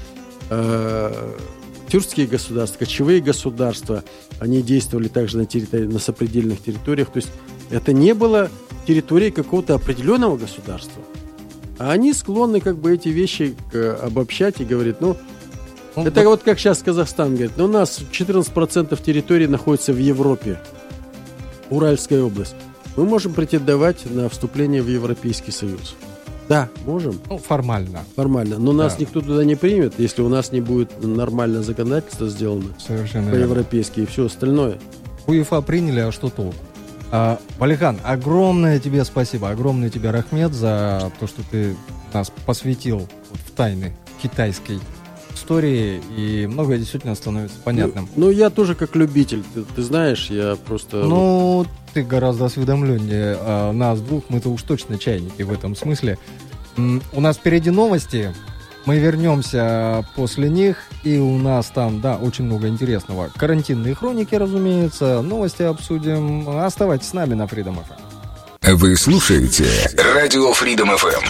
E: тюркские государства, кочевые государства, они действовали также на сопредельных территориях. То есть это не было территорией какого-то определенного государства. А они склонны как бы эти вещи обобщать и говорить, это вот как сейчас Казахстан говорит, у нас 14% территории находится в Европе, Уральская область. Мы можем претендовать на вступление в Европейский Союз. Да, можем.
D: Формально.
E: Но нас никто туда не примет, если у нас не будет нормальное законодательство сделано.
D: Совершенно
E: по-европейски и все остальное.
D: УЕФА приняли, а что толку? Валихан, огромное тебе спасибо, огромное тебе, Рахмет, за то, что ты нас посвятил в тайны китайской истории, и многое действительно становится понятным.
E: Я тоже как любитель, ты знаешь, я просто...
D: Ты гораздо осведомленнее нас двух, мы-то уж точно чайники в этом смысле. У нас впереди новости, мы вернемся после них, и у нас там, очень много интересного. Карантинные хроники, разумеется, новости обсудим. Оставайтесь с нами на Freedom FM.
A: Вы слушаете радио Freedom FM.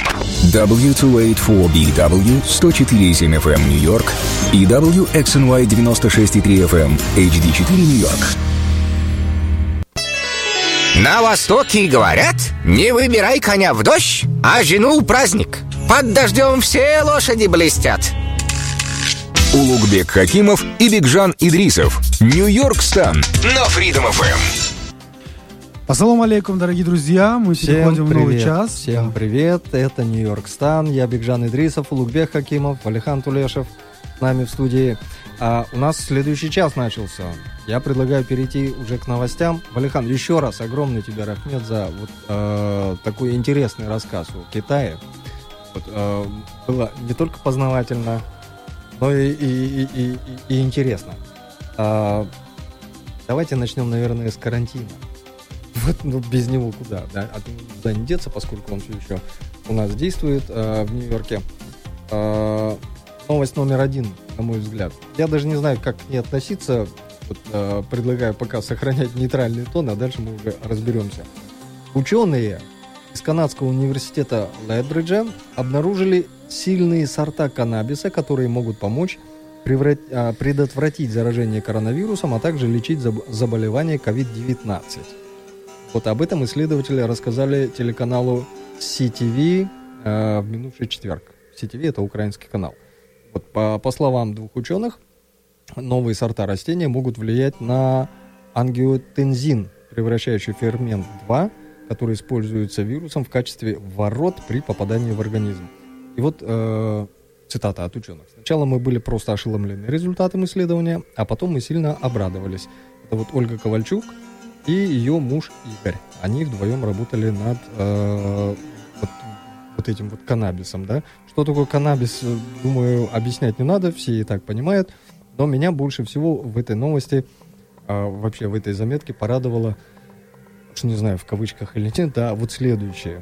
A: W284BW 104.7 FM Нью-Йорк и WXNY 96.3 FM HD4 Нью-Йорк.
B: На Востоке говорят, не выбирай коня в дождь, а жену в праздник. Под дождем все лошади блестят.
A: Улугбек Хакимов и Бигжан Идрисов. Нью-Йорк Стан на Freedom FM.
C: Ассаламу алейкум, дорогие друзья. Мы переходим в новый час.
D: Всем привет. Это Нью-Йорк Стан. Я Бигжан Идрисов, Улугбек Хакимов, Валихан Тулешев с нами в студии. У нас следующий час начался. Я предлагаю перейти уже к новостям. Валихан, еще раз огромный тебе рахмет за такой интересный рассказ о Китае. Было не только познавательно, но и интересно. Давайте начнем, наверное, с карантина. Без него куда? Да? Куда не деться, поскольку он все еще у нас действует в Нью-Йорке. Новость номер 1, на мой взгляд. Я даже не знаю, как к ней относиться. Предлагаю пока сохранять нейтральный тон, а дальше мы уже разберемся. Ученые из канадского университета Лейбриджа обнаружили сильные сорта каннабиса, которые могут помочь предотвратить заражение коронавирусом, а также лечить заболевание COVID-19. Об этом исследователи рассказали телеканалу CTV в минувший четверг. CTV — это украинский канал. По словам двух ученых, новые сорта растения могут влиять на ангиотензин, превращающий фермент 2, который используется вирусом в качестве ворот при попадании в организм. И цитата от ученых. Сначала мы были просто ошеломлены результатом исследования, а потом мы сильно обрадовались. Это Ольга Ковальчук и ее муж Игорь. Они вдвоем работали над этим каннабисом. Да? Что такое каннабис, думаю, объяснять не надо, все и так понимают. Но меня больше всего в этой новости, вообще в этой заметке порадовало, уж не знаю, в кавычках или нет, да, следующее.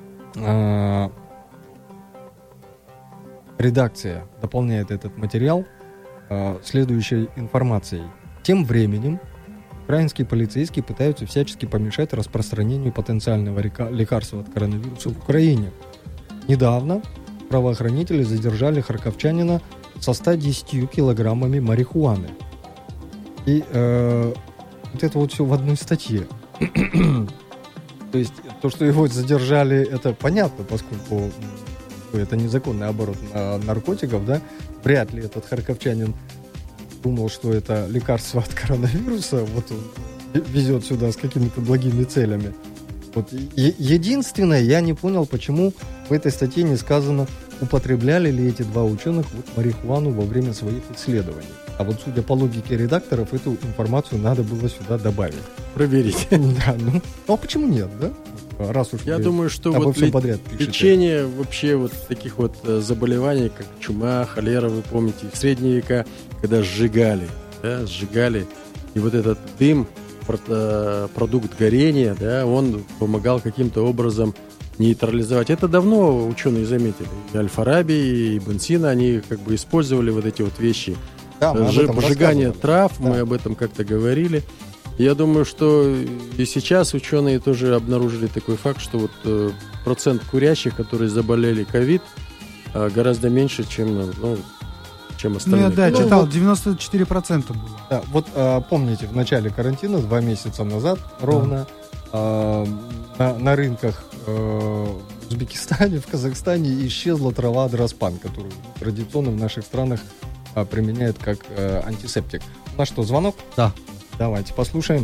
D: Редакция дополняет этот материал следующей информацией. Тем временем украинские полицейские пытаются всячески помешать распространению потенциального лекарства от коронавируса в Украине. Недавно правоохранители задержали харьковчанина со 110 килограммами марихуаны. И это все в одной статье. То есть то, что его задержали, это понятно, поскольку это незаконный оборот наркотиков, да? Вряд ли этот харьковчанин думал, что это лекарство от коронавируса, он везет сюда с какими-то благими целями. Единственное, я не понял, почему в этой статье не сказано, употребляли ли эти два ученых марихуану во время своих исследований. А судя по логике редакторов, эту информацию надо было сюда добавить.
E: Проверить.
D: Да, а почему нет, да? Раз уж
E: я думаю, что лечение вообще таких заболеваний, как чума, холера, вы помните, в средние века, когда сжигали, и этот дым, продукт горения, да, он помогал каким-то образом нейтрализовать. Это давно ученые заметили. И Аль-Фараби, и Ибн Сина, они использовали эти вещи.
D: Да,
E: поджигание трав, да. Мы об этом как-то говорили. Я думаю, что и сейчас ученые тоже обнаружили такой факт, что процент курящих, которые заболели ковид, гораздо меньше, чем остальные.
C: Я читал, 94% было.
D: Да, помните, в начале карантина, 2 месяца назад ровно, на рынках в Узбекистане, в Казахстане исчезла трава дроспан, которую традиционно в наших странах применяют как антисептик. У нас что, звонок?
C: Да.
D: Давайте послушаем.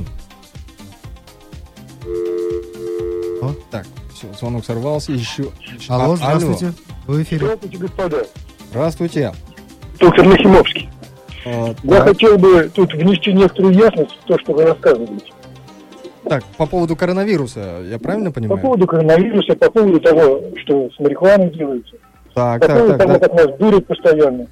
D: Так, все, звонок сорвался. Еще.
C: Алло, здравствуйте. В эфире.
F: Здравствуйте, господа.
D: Здравствуйте.
F: Доктор Нахимовский. Я хотел бы тут внести некоторую ясность в то, что вы рассказываете.
D: Так, по поводу коронавируса, я правильно понимаю?
F: По поводу коронавируса, по поводу того, что с марихуаной делается. По поводу того, как нас дурят постоянно.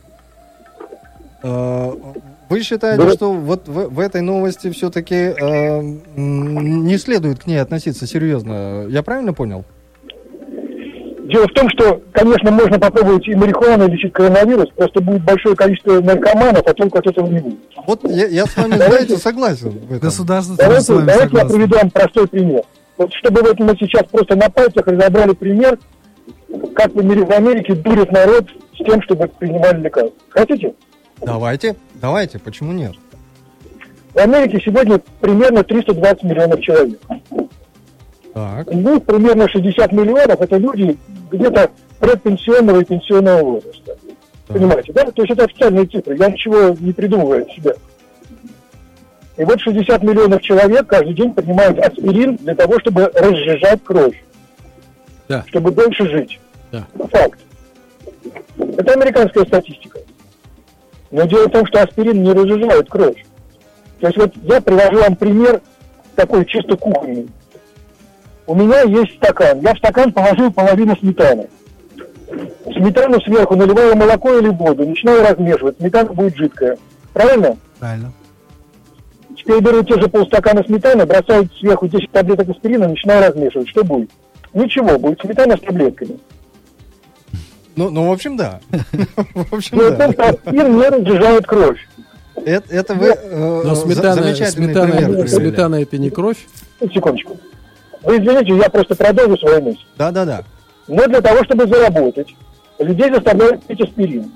D: Вы считаете, что в этой новости все-таки не следует к ней относиться серьезно? Я правильно понял?
F: Дело в том, что, конечно, можно попробовать и марихуану лечить коронавирус, просто будет большое количество наркоманов, а толку от этого не будет.
D: Я с вами, знаете, согласен.
C: Государство
F: давайте я приведу вам простой пример. Вот чтобы вот мы сейчас просто на пальцах разобрали пример, как в Америке дурят народ с тем, чтобы принимали лекарства. Хотите?
D: Давайте, почему нет?
F: В Америке сегодня примерно 320 миллионов человек.
D: Так.
F: Из них примерно 60 миллионов это люди где-то предпенсионного и пенсионного возраста. Понимаете, да? То есть это официальные цифры, я ничего не придумываю от себя. И вот 60 миллионов человек каждый день принимают аспирин для того, чтобы разжижать кровь.
E: Да.
F: Чтобы дольше жить.
E: Да.
F: Факт. Это американская статистика. Но дело в том, что аспирин не разжижает кровь. То есть вот я привожу вам пример такой чисто кухонный. У меня есть стакан. Я в стакан положил половину сметаны. Сметану сверху наливаю молоко или воду, начинаю размешивать. Сметана будет жидкая. Правильно?
C: Правильно.
F: Теперь беру те же полстакана сметаны, бросаю сверху 10 таблеток аспирина, начинаю размешивать. Что будет? Ничего, будет сметана с таблетками.
D: Ну, в общем, да. В общем,
F: Но
D: да.
F: аспирин не разжижает кровь.
D: Это вы
E: Но
D: замечательный пример привели.
E: сметана это не кровь?
F: Секундочку. Вы извините, я просто продолжу свою мысль.
D: Да.
F: Но для того, чтобы заработать, людей заставляют пить аспирин.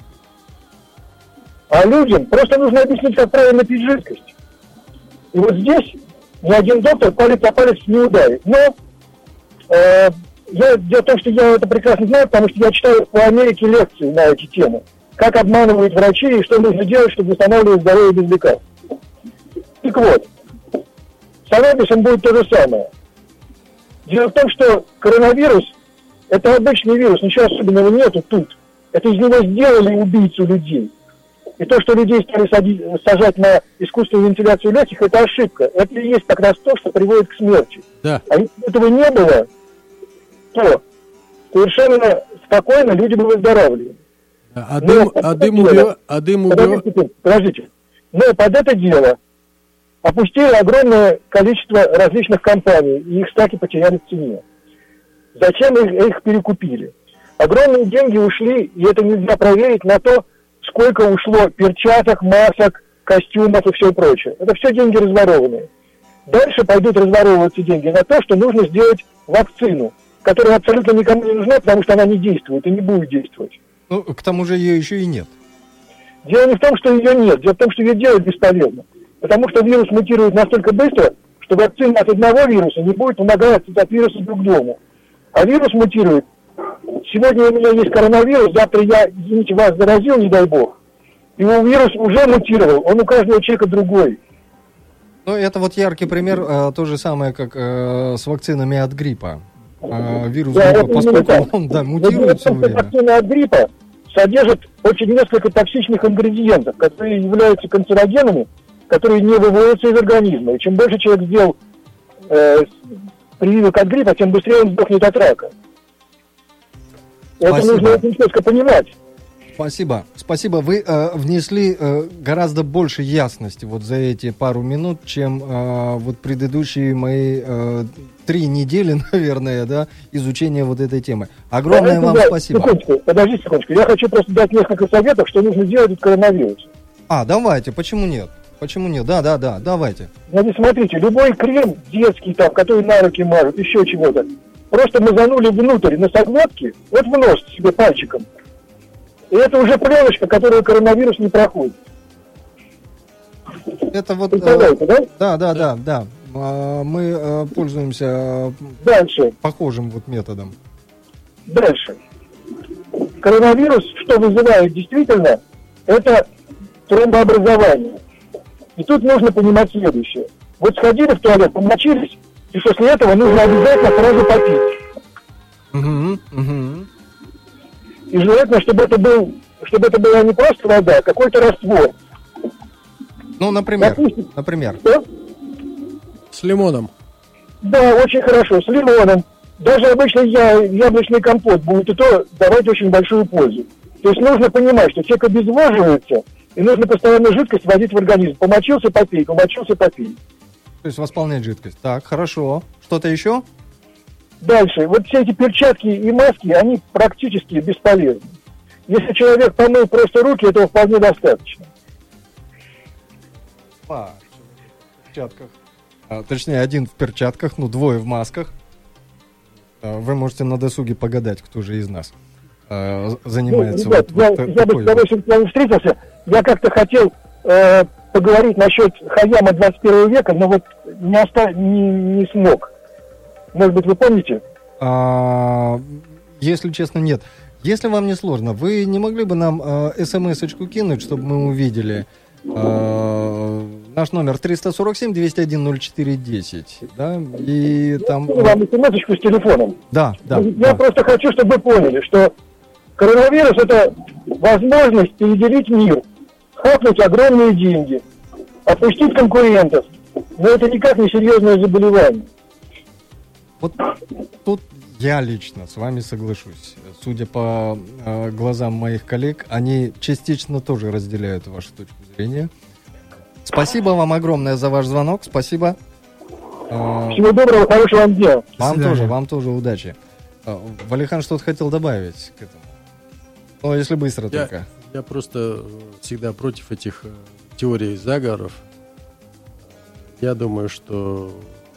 F: А людям просто нужно объяснить, как правильно пить жидкость. И вот здесь ни один доктор палец о палец не ударит. Но дело в том, что я это прекрасно знаю, потому что я читаю по Америке лекции на эти темы. Как обманывают врачи и что нужно делать, чтобы восстанавливать здоровье без лекарств. Так вот, с анабисом будет то же самое. Дело в том, что коронавирус – это обычный вирус, ничего особенного нету тут. Это из него сделали убийцу людей. И то, что людей стали сажать на искусственную вентиляцию легких, это ошибка. Это и есть как раз то, что приводит к смерти.
E: Да.
F: А если этого не было, то совершенно спокойно люди бы выздоравливали.
E: А дым убивает.
F: Подождите. Но под это дело опустили огромное количество различных компаний, и их стаки потеряли в цене. Зачем их перекупили? Огромные деньги ушли, и это нельзя проверить, на то, сколько ушло перчаток, масок, костюмов и все прочее. Это все деньги разворованные. Дальше пойдут разворовываться деньги на то, что нужно сделать вакцину, которая абсолютно никому не нужна, потому что она не действует и не будет действовать.
D: Ну, к тому же ее еще и нет.
F: Дело не в том, что ее нет, дело в том, что ее делать бесполезно. Потому что вирус мутирует настолько быстро, что вакцина от одного вируса не будет помогать от вируса другому. А вирус мутирует. Сегодня у меня есть коронавирус, завтра я, извините, вас заразил, не дай бог. И вирус уже мутировал, он у каждого человека другой.
D: Ну, это вот яркий пример, то же самое, как с вакцинами от гриппа. Вирус гриппа, поскольку он мутирует все время.
F: Вакцина от гриппа содержит очень несколько токсичных ингредиентов, которые являются канцерогенами, которые не выводятся из организма. И чем больше человек сделал прививок от гриппа, тем быстрее он сдохнет от рака. Это нужно очень четко понимать.
D: Спасибо. Вы внесли гораздо больше ясности вот за эти пару минут, чем вот предыдущие мои 3 недели, наверное, да, изучения вот этой темы. Огромное вам спасибо.
F: Подождите секундочку. Я хочу просто дать несколько советов, что нужно делать от коронавируса.
D: Давайте. Почему нет? Да, давайте.
F: Значит, смотрите, любой крем детский, там, который на руки мажут, еще чего-то, просто мазанули внутрь носоглотки, вот в нос себе пальчиком. И это уже пленочка, которую коронавирус не проходит.
D: Это вот... Да. Мы пользуемся похожим вот методом.
F: Дальше. Коронавирус, что вызывает действительно, это тромбообразование. И тут нужно понимать следующее. Вот сходили в туалет, помочились, и после этого нужно обязательно сразу попить. И желательно, чтобы это была не просто вода, а какой-то раствор.
D: Ну, например.
F: Что?
E: С лимоном.
F: Да, очень хорошо, с лимоном. Даже обычный яблочный компот будет и то давать очень большую пользу. То есть нужно понимать, что человек обезвоживается, и нужно постоянно жидкость вводить в организм. Помочился, попей. То
D: есть восполнять жидкость. Так, хорошо. Что-то еще?
F: Дальше. Вот все эти перчатки и маски, они практически бесполезны. Если человек помыл просто руки, этого вполне достаточно.
D: В перчатках. Точнее, один в перчатках, двое в масках. Вы можете на досуге погадать, кто же из нас занимается.
F: Ребят, я бы с удовольствием с вами встретился. Я как-то хотел поговорить насчет Хаяма 21 века, но вот не смог. Может быть, вы помните?
D: Если честно, нет. Если вам не сложно, вы не могли бы нам смс-очку кинуть, чтобы мы увидели наш номер 347-201-04-10, да, и там...
F: Вам смс-очку с телефоном.
D: Да.
F: Я просто хочу, чтобы вы поняли, что коронавирус – это возможность переделить мир, хапнуть огромные деньги, опустить конкурентов. Но это никак не серьезное заболевание.
D: Вот тут я лично с вами соглашусь. Судя по глазам моих коллег, они частично тоже разделяют вашу точку зрения. Спасибо вам огромное за ваш звонок. Спасибо.
F: Всего доброго, хорошего вам дня.
D: Вам тоже удачи. Валихан что-то хотел добавить к этому. Но если быстро только.
E: Я просто всегда против этих теорий заговоров. Я думаю, что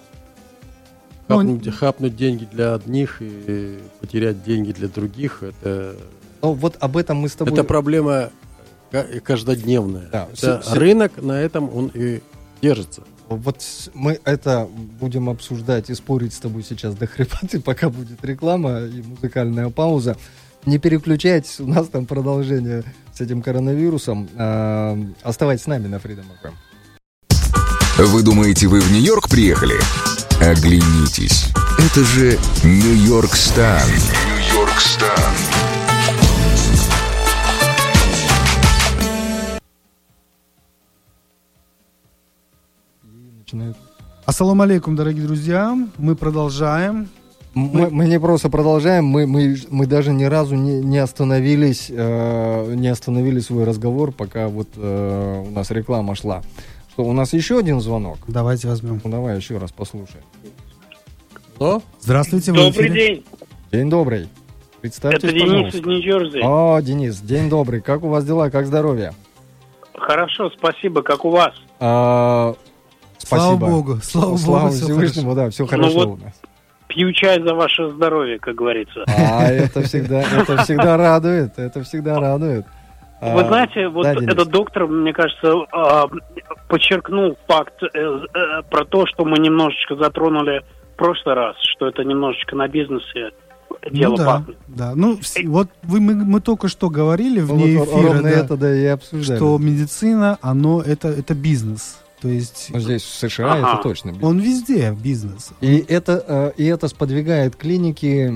E: хапнуть деньги для одних и потерять деньги для других, это...
D: Ну, вот об этом мы с тобой...
E: Это проблема каждодневная.
D: Да.
E: Рынок на этом он и держится.
D: Вот мы это будем обсуждать и спорить с тобой сейчас до хрипоты, пока будет реклама и музыкальная пауза. Не переключайтесь, у нас там продолжение с этим коронавирусом. Оставайтесь с нами на Freedom FM.
A: Вы думаете, вы в Нью-Йорк приехали? Оглянитесь. Это же Нью-Йорк Стан. Нью-Йорк Стан.
C: Ассаламу алейкум, дорогие друзья. Мы продолжаем.
D: Мы не просто продолжаем, мы даже ни разу не остановились свой разговор, пока вот у нас реклама шла. Что, у нас еще один звонок?
C: Давайте возьмем.
D: Ну, давай еще раз послушаем.
E: Что?
C: Здравствуйте,
G: Добрый день.
D: День добрый. Представьтесь,
G: Это Денис
D: пожалуйста.
G: из Нью-Джерси.
D: О, Денис, день добрый. Как у вас дела, как здоровье?
G: Хорошо, спасибо. Как у вас?
D: Спасибо.
C: Слава Богу,
D: Всевышнему, да, все хорошо
G: вот
D: у нас.
G: Пью чай за ваше здоровье, как говорится.
D: Это всегда радует, это всегда радует.
G: Вы знаете, вот
D: да,
G: этот доктор, мне кажется, подчеркнул факт про то, что мы немножечко затронули в прошлый раз, что это немножечко на бизнесе дело пахнет.
C: Да, вот мы только что говорили вне эфира,
D: это и обсуждали.
C: Что медицина, это бизнес. То есть...
D: Но здесь в США это точно бизнес.
C: Он везде бизнес.
D: И это сподвигает клиники...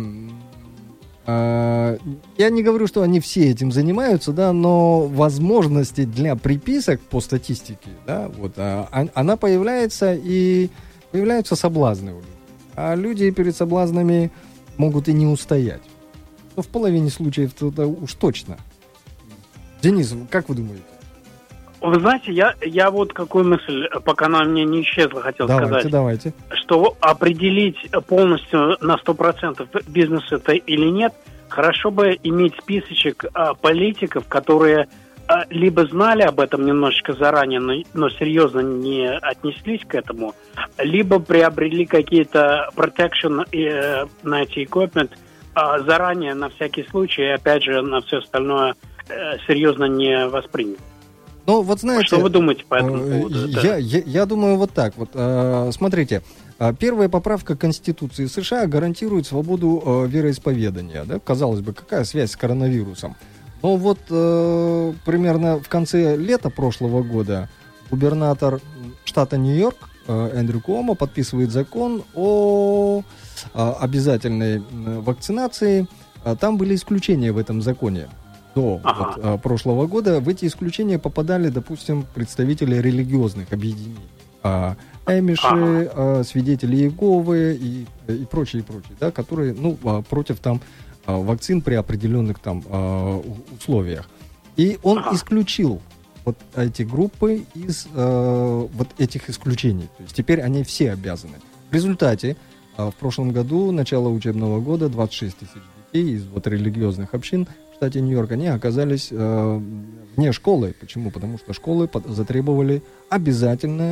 D: Я не говорю, что они все этим занимаются, да, но возможности для приписок по статистике, да, вот, она появляется, и появляются соблазны у людей. А люди перед соблазнами могут и не устоять. Но в половине случаев это уж точно. Денис, как вы думаете?
G: Вы знаете, я вот какую мысль, пока она мне не исчезла, хотел сказать.
D: Давайте.
G: Что определить полностью на 100% бизнес это или нет, хорошо бы иметь списочек политиков, которые либо знали об этом немножечко заранее, но серьезно не отнеслись к этому, либо приобрели какие-то protection, знаете, equipment заранее на всякий случай, и опять же на все остальное серьезно не восприняли.
D: Ну, вот знаете...
G: Что вы думаете по этому поводу?
D: Я думаю вот так. Вот, смотрите, первая поправка Конституции США гарантирует свободу вероисповедания. Да? Казалось бы, какая связь с коронавирусом? Но вот примерно в конце лета прошлого года губернатор штата Нью-Йорк Эндрю Куомо подписывает закон о обязательной вакцинации. Там были исключения в этом законе. До прошлого года в эти исключения попадали, допустим, представители религиозных объединений. Эмиши, свидетели Иеговы и прочие, да, которые против там вакцин при определенных там условиях. И он исключил вот эти группы из вот этих исключений. То есть теперь они все обязаны. В результате в прошлом году, начало учебного года, 26 тысяч детей из вот религиозных общин в штате Нью-Йорк, они оказались вне школы. Почему? Потому что школы затребовали обязательное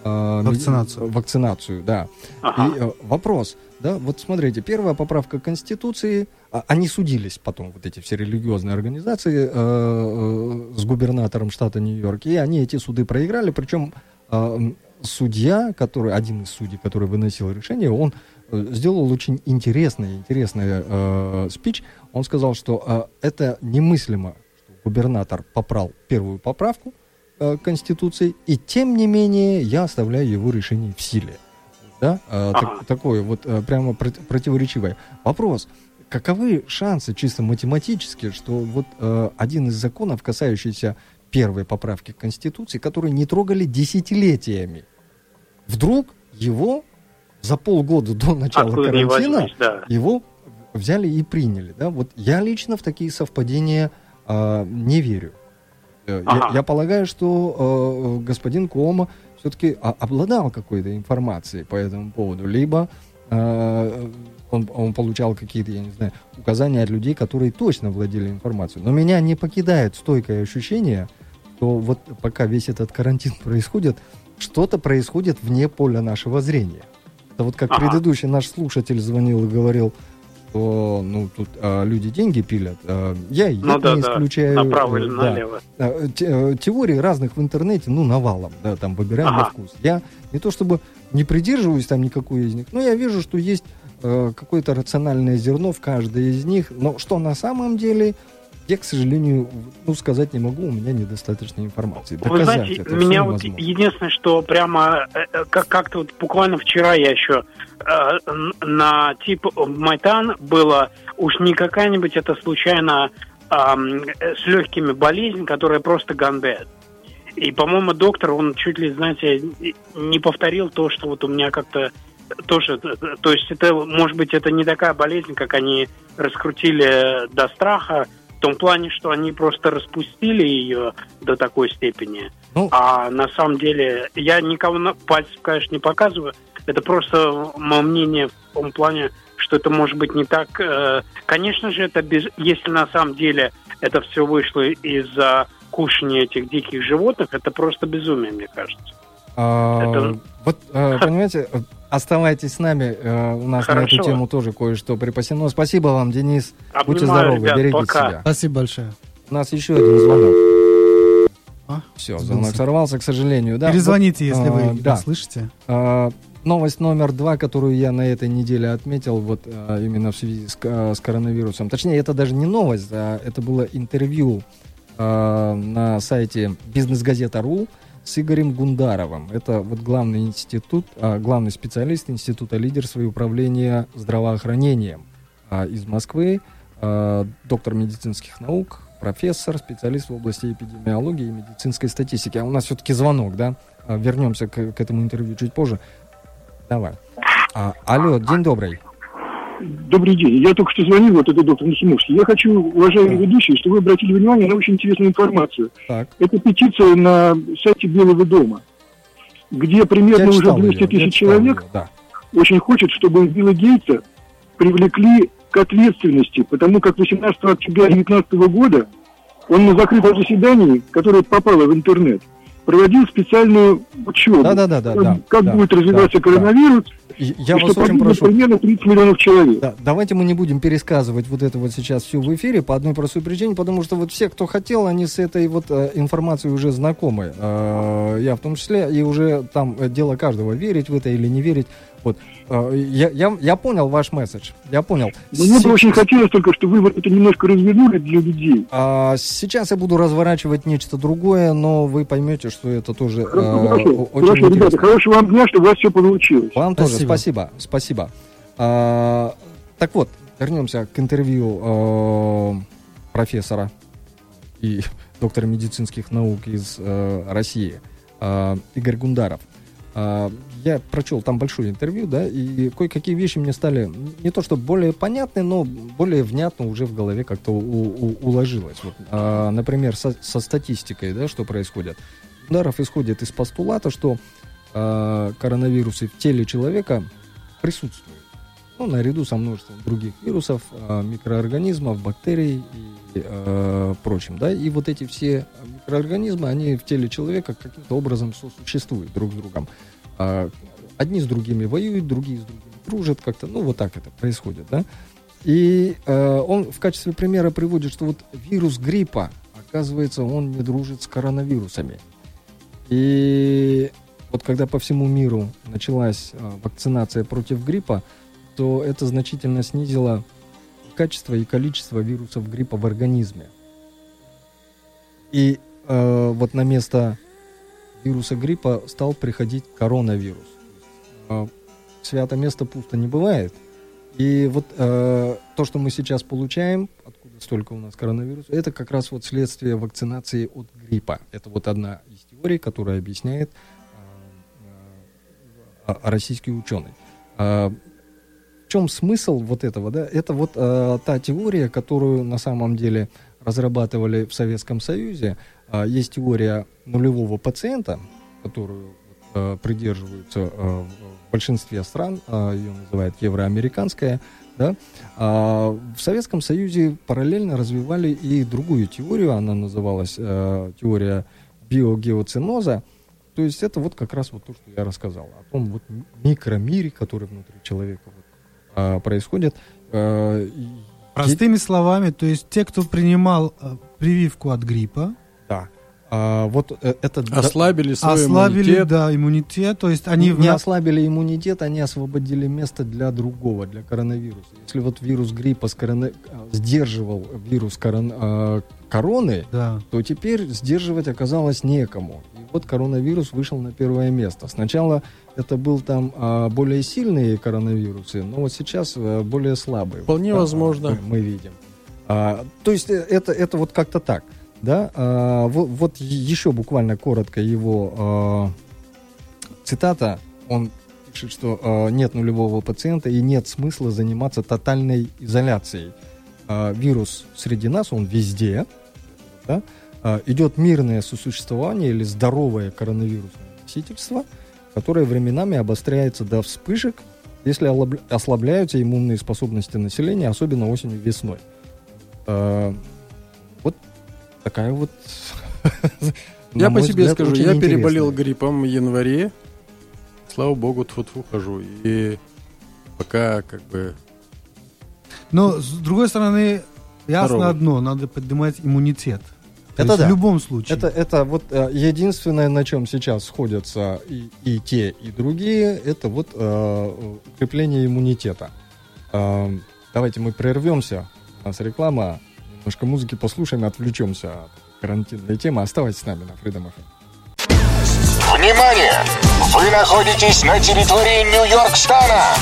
C: Вакцинацию,
D: да.
G: Ага.
D: И вопрос, да, вот смотрите, первая поправка Конституции, они судились потом, вот эти все религиозные организации с губернатором штата Нью-Йорк, и они эти суды проиграли, причем судья, один из судей, который выносил решение, он сделал очень интересный спич. Он сказал, что это немыслимо, что губернатор попрал первую поправку Конституции, и тем не менее я оставляю его решение в силе. Да? Такое вот прямо противоречивое. Вопрос, каковы шансы чисто математически, что вот один из законов, касающийся первой поправки Конституции, которые не трогали десятилетиями, вдруг его за полгода до начала карантина его взяли и приняли. Да? Вот я лично в такие совпадения не верю. Я полагаю, что господин Куомо все-таки обладал какой-то информацией по этому поводу, либо он получал какие-то, я не знаю, указания от людей, которые точно владели информацией. Но меня не покидает стойкое ощущение, что вот пока весь этот карантин происходит, что-то происходит вне поля нашего зрения. Это вот как предыдущий наш слушатель звонил и говорил, что тут люди деньги пилят. Я не исключаю.
G: Направо или налево.
D: Теорий разных в интернете, навалом, да, там выбираем на вкус. Я не то чтобы не придерживаюсь там никакой из них, но я вижу, что есть какое-то рациональное зерно в каждой из них. Но что на самом деле, я, к сожалению, сказать не могу, у меня недостаточно информации.
G: Вы знаете, меня вот единственное, что прямо как-то вот буквально вчера я еще на тип Майтан было уж не какая-нибудь это случайно с легкими болезнь, которая просто ганбет. И, по-моему, доктор, он чуть ли, знаете, не повторил то, что вот у меня как-то тоже, то есть это, может быть, это не такая болезнь, как они раскрутили до страха, в том плане, что они просто распустили ее до такой степени. А на самом деле, я никого на пальцев, конечно, не показываю, это просто мое мнение в том плане, что это может быть не так. Конечно же, это если на самом деле это все вышло из-за кушания этих диких животных, это просто безумие, мне кажется.
D: Понимаете, оставайтесь с нами, у нас на эту тему тоже кое-что припасено. Спасибо вам, Денис. Будьте здоровы,
G: ребят,
D: берегите
G: пока.
D: себя.
C: Спасибо большое.
D: У нас еще один звонок. Все, звонок сорвался, к сожалению. Да?
C: Перезвоните, если вы слышите.
D: Новость номер 2, которую я на этой неделе отметил, вот именно в связи с коронавирусом. Точнее, это даже не новость, это было интервью на сайте бизнес-газета.ру с Игорем Гундаровым. Это вот главный специалист Института лидерства и управления здравоохранением из Москвы, доктор медицинских наук, профессор, специалист в области эпидемиологии и медицинской статистики. А у нас все-таки звонок, да? Вернемся к этому интервью чуть позже. Давай. Алло, день добрый.
F: Добрый день. Я только что звонил, вот это доктор Нахимовский. Я хочу, уважаемые ведущие, чтобы вы обратили внимание на очень интересную информацию.
D: Так.
F: Это петиция на сайте Белого дома, где примерно уже 200 тысяч человек очень хочет, чтобы Билла Гейтса привлекли к ответственности, потому как 18 октября 2019 года он на закрытом заседании, которое попало в интернет, проводил специальную учебу, как будет развиваться коронавирус,
D: я вас очень прошу.
F: Примерно 30 миллионов человек.
D: Да, давайте мы не будем пересказывать вот это вот сейчас все в эфире по одной простой причине, потому что вот все, кто хотел, они с этой вот информацией уже знакомы. Я в том числе, и уже там дело каждого, верить в это или не верить. Вот. Я понял ваш месседж, я понял.
F: Мне бы очень хотелось только, чтобы вы вот это немножко развернули для людей.
D: Сейчас я буду разворачивать нечто другое, но вы поймете, что это тоже
F: очень
D: интересно.
F: Ребята, хорошего вам дня, чтобы у вас все получилось.
D: Вам тоже спасибо. Так вот, вернемся к интервью профессора и доктора медицинских наук из России Игорь Гундаров. Я прочел там большое интервью, да, и кое-какие вещи мне стали не то что более понятны, но более внятно уже в голове как-то уложилось. Вот, например, со статистикой, да, что происходит. Гундаров исходит из постулата, что коронавирусы в теле человека присутствуют. Наряду со множеством других вирусов, микроорганизмов, бактерий и прочим. Да? И вот эти все микроорганизмы, они в теле человека каким-то образом сосуществуют друг с другом. Одни с другими воюют, другие с другими дружат, как-то, ну, вот так это происходит, да. И он в качестве примера приводит, что вот вирус гриппа, оказывается, он не дружит с коронавирусами. И вот когда по всему миру началась вакцинация против гриппа, то это значительно снизило качество и количество вирусов гриппа в организме. И вот на место вируса гриппа стал приходить коронавирус. Свято место пусто не бывает. И вот то, что мы сейчас получаем, откуда столько у нас коронавируса, это как раз вот следствие вакцинации от гриппа. Это вот одна из теорий, которая объясняет российский ученый. В чем смысл вот этого? Да? Это вот та теория, которую на самом деле разрабатывали в Советском Союзе. Есть теория нулевого пациента, которую придерживаются в большинстве стран, ее называют евроамериканская, да? В Советском Союзе параллельно развивали и другую теорию, она называлась теория биогеоциноза, то есть это вот как раз вот то, что я рассказал, о том вот микромире, который внутри человека вот, происходит.
C: Простыми словами, то есть те, кто принимал прививку от гриппа,
D: да. Вот это
E: ослабили свой иммунитет.
C: Да, иммунитет, то есть они
D: не ослабили иммунитет, они освободили место для другого, для коронавируса. Если вот вирус гриппа сдерживал вирус короны, да, то теперь сдерживать оказалось некому. И вот коронавирус вышел на первое место. Сначала это был там более сильные коронавирусы, но вот сейчас более слабые.
E: Вполне возможно.
D: Мы видим. То есть это вот как-то так. Да, вот еще буквально коротко его цитата. Он пишет, что нет нулевого пациента и нет смысла заниматься тотальной изоляцией. Вирус среди нас, он везде. Да? Идет мирное сосуществование или здоровое коронавирусное носительство, которое временами обостряется до вспышек, если ослабляются иммунные способности населения, особенно осенью и весной. Вот такая вот...
E: Я по себе скажу, я переболел гриппом в январе. Слава богу, тьфу-тьфу хожу. И пока как бы...
C: Но, с другой стороны, ясно одно, надо поднимать иммунитет.
D: Это да.
C: В любом случае.
D: Это вот единственное, на чем сейчас сходятся и те, и другие, это вот укрепление иммунитета. Давайте мы прервемся. У нас реклама. Немножко музыки послушаем и отвлечемся от карантинной темы. Оставайтесь с нами на Freedom FM.
A: Внимание! Вы находитесь на территории Нью-Йорк-Стана.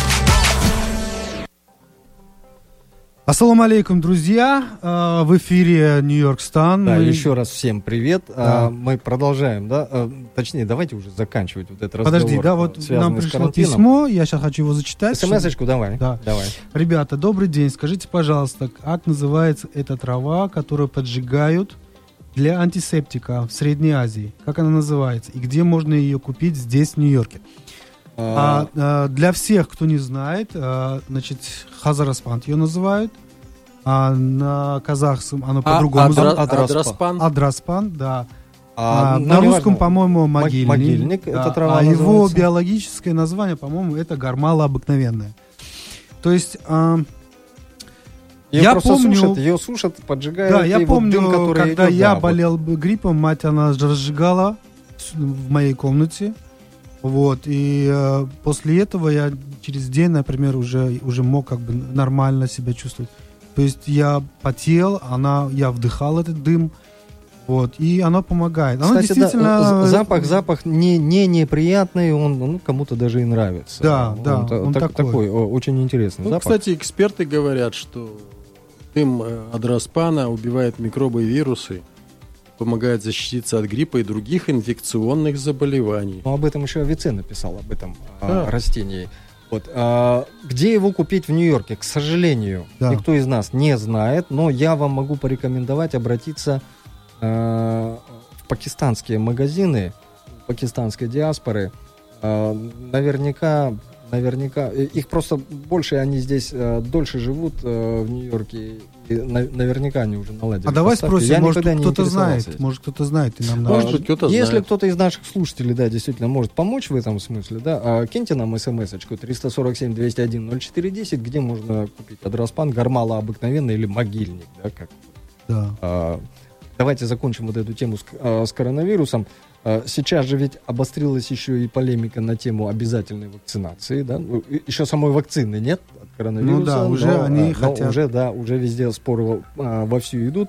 C: Ассаламу алейкум, друзья. В эфире Нью-Йорк Стан.
D: Да, еще раз всем привет. Да. Мы продолжаем, да? Точнее, давайте уже заканчивать вот этот разговор.
C: Подожди, да, вот нам пришло письмо, я сейчас хочу его зачитать.
D: СМС-очку давай.
C: Да.
D: Давай.
C: Ребята, добрый день. Скажите, пожалуйста, как называется эта трава, которую поджигают для антисептика в Средней Азии? Как она называется? И где можно ее купить здесь, в Нью-Йорке? Для всех, кто не знает, значит, хазараспанд ее называют, а на казахском оно по-другому называется. Адраспан, да. На русском, по-моему, могильник. Да.
D: Эта трава
C: его биологическое название, по-моему, это гармала обыкновенная. То есть...
D: Ее сушат, поджигают.
C: Да, я помню, дым, когда я болел гриппом, мать, она разжигала в моей комнате. Вот, и после этого я через день, например, уже мог как бы нормально себя чувствовать. То есть я потел, я вдыхал этот дым, вот, и оно помогает. Оно, кстати, действительно...
D: Запах не неприятный, он кому-то даже и нравится.
C: Да, он
D: такой очень интересный запах.
E: Кстати, эксперты говорят, что дым адраспана убивает микробы и вирусы, помогает защититься от гриппа и других инфекционных заболеваний.
D: Об этом еще Авиценна написал, об этом растении. Вот. Где его купить в Нью-Йорке? К сожалению, никто из нас не знает, но я вам могу порекомендовать обратиться в пакистанские магазины, пакистанской диаспоры. Наверняка наверняка, их просто больше, они здесь дольше живут в Нью-Йорке, и наверняка они уже наладили.
C: А давай
D: поставки.
C: спросим, может кто-то знает, может кто-то знает, и нам
E: Может быть, кто-то
D: Если
E: знает.
D: кто-то из наших слушателей, да, действительно может помочь в этом смысле, да, киньте нам смс-очку 347-201-0410, где можно купить адроспан, гармала обыкновенный или могильник, да, как.
C: Да.
D: Давайте закончим вот эту тему с коронавирусом. Сейчас же ведь обострилась еще и полемика на тему обязательной вакцинации, да? Еще самой вакцины нет от коронавируса.
C: Ну да, уже они хотят.
D: Уже везде споры вовсю идут.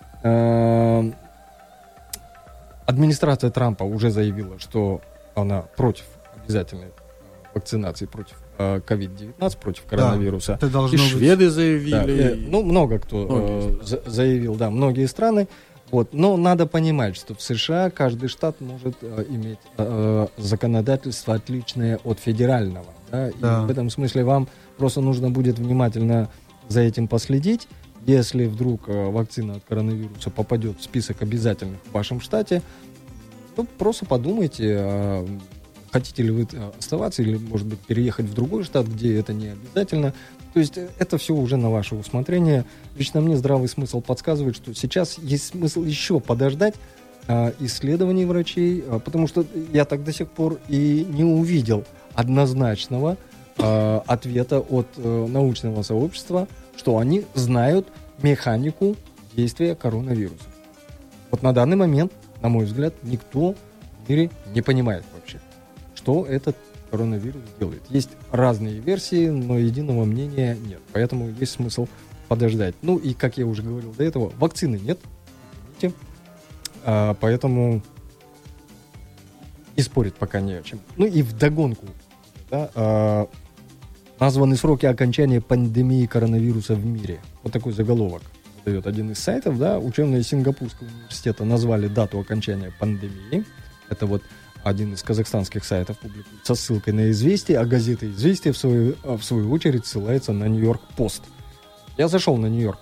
D: Администрация Трампа уже заявила, что она против обязательной вакцинации против COVID-19, против коронавируса.
C: Да, это должно
E: И
C: быть.
E: шведы заявили.
D: Да, много кто заявил, да, многие страны. Вот. Но надо понимать, что в США каждый штат может иметь законодательство отличное от федерального. Да?
C: Да.
D: И в этом смысле вам просто нужно будет внимательно за этим последить. Если вдруг вакцина от коронавируса попадет в список обязательных в вашем штате, то просто подумайте, хотите ли вы оставаться или, может быть, переехать в другой штат, где это не обязательно. То есть это все уже на ваше усмотрение. Лично мне здравый смысл подсказывает, что сейчас есть смысл еще подождать исследований врачей, потому что я так до сих пор и не увидел однозначного ответа от научного сообщества, что они знают механику действия коронавируса. Вот на данный момент, на мой взгляд, никто в мире не понимает вообще, что этот коронавирус делает. Есть разные версии, но единого мнения нет. Поэтому есть смысл подождать. Ну и, как я уже говорил до этого, вакцины нет. Извините. Поэтому и спорить пока не о чем. Ну и вдогонку. Да, названы сроки окончания пандемии коронавируса в мире. Вот такой заголовок дает один из сайтов. Да. Ученые Сингапурского университета назвали дату окончания пандемии. Это вот один из казахстанских сайтов публикует со ссылкой на «Известия», а газета «Известия» в свою очередь ссылается на «Нью-Йорк Пост». Я зашел на «Нью-Йорк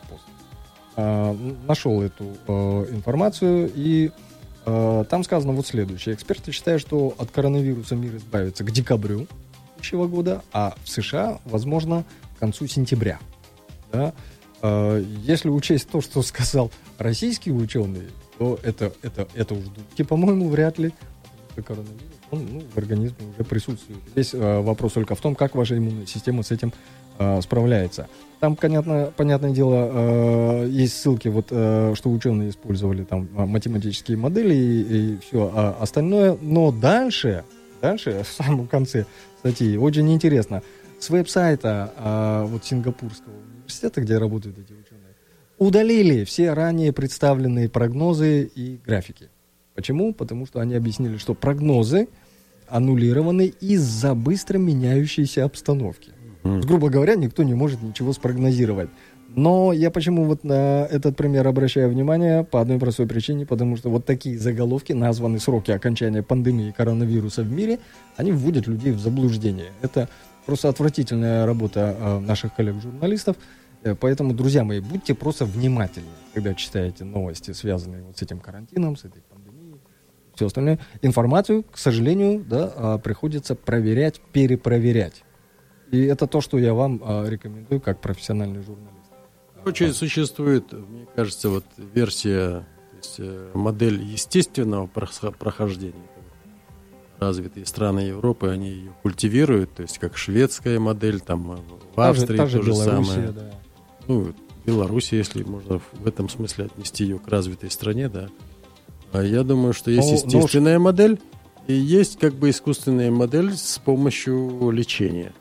D: Пост», нашел эту информацию, и там сказано вот следующее. Эксперты считают, что от коронавируса мир избавится к декабрю следующего года, а в США, возможно, к концу сентября. Да? Если учесть то, что сказал российский ученый, то это уж дудки, по-моему, вряд ли. Коронавирус, он в организме уже присутствует. Здесь вопрос только в том, как ваша иммунная система с этим справляется. Там, понятное дело, есть ссылки, вот, что ученые использовали там математические модели и все остальное. Но дальше, в самом конце статьи, очень интересно, с веб-сайта вот Сингапурского университета, где работают эти ученые, удалили все ранее представленные прогнозы и графики. Почему? Потому что они объяснили, что прогнозы аннулированы из-за быстро меняющейся обстановки. Грубо говоря, никто не может ничего спрогнозировать. Но я почему вот на этот пример обращаю внимание? По одной простой причине, потому что вот такие заголовки, названы сроки окончания пандемии коронавируса в мире, они вводят людей в заблуждение. Это просто отвратительная работа наших коллег-журналистов. Поэтому, друзья мои, будьте просто внимательны, когда читаете новости, связанные вот с этим карантином, с этой пандемией. Все остальное. Информацию, к сожалению, да, приходится проверять, перепроверять. И это то, что я вам рекомендую как профессиональный журналист.
E: Короче, существует, мне кажется, вот версия, то есть модель естественного прохождения. Развитые страны Европы, они ее культивируют, то есть как шведская модель, там в Австрии то же самое.
D: Да.
E: Ну, Белоруссия, если можно в этом смысле отнести ее к развитой стране, да. А я думаю, что есть естественная модель и есть как бы искусственная модель с помощью лечения.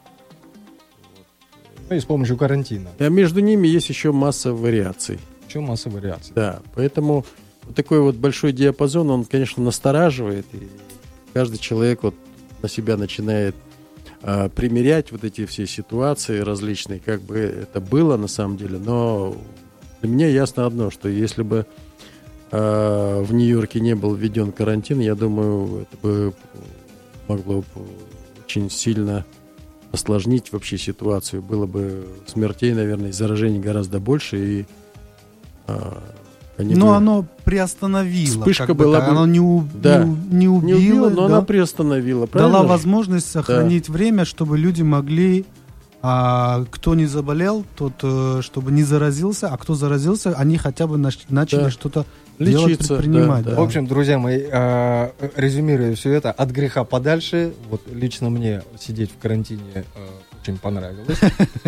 D: Ну и с помощью карантина.
E: А между ними есть еще масса вариаций.
D: Еще масса вариаций.
E: Да, поэтому вот такой вот большой диапазон, он, конечно, настораживает, и каждый человек вот на себя начинает примерять вот эти все ситуации различные, как бы это было на самом деле. Но для меня ясно одно, что если бы в Нью-Йорке не был введен карантин, я думаю, это бы могло очень сильно осложнить вообще ситуацию. Было бы смертей, наверное, и заражений гораздо больше. И
C: Но оно приостановило.
E: Вспышка была бы...
C: Оно не убило,
E: но она приостановила.
C: Дала возможность сохранить время, чтобы люди могли... кто не заболел, тот, чтобы не заразился, а кто заразился, они хотя бы начали что-то делать, предпринимать.
D: В общем, друзья мои, резюмируя все это, от греха подальше, вот лично мне сидеть в карантине очень понравилось.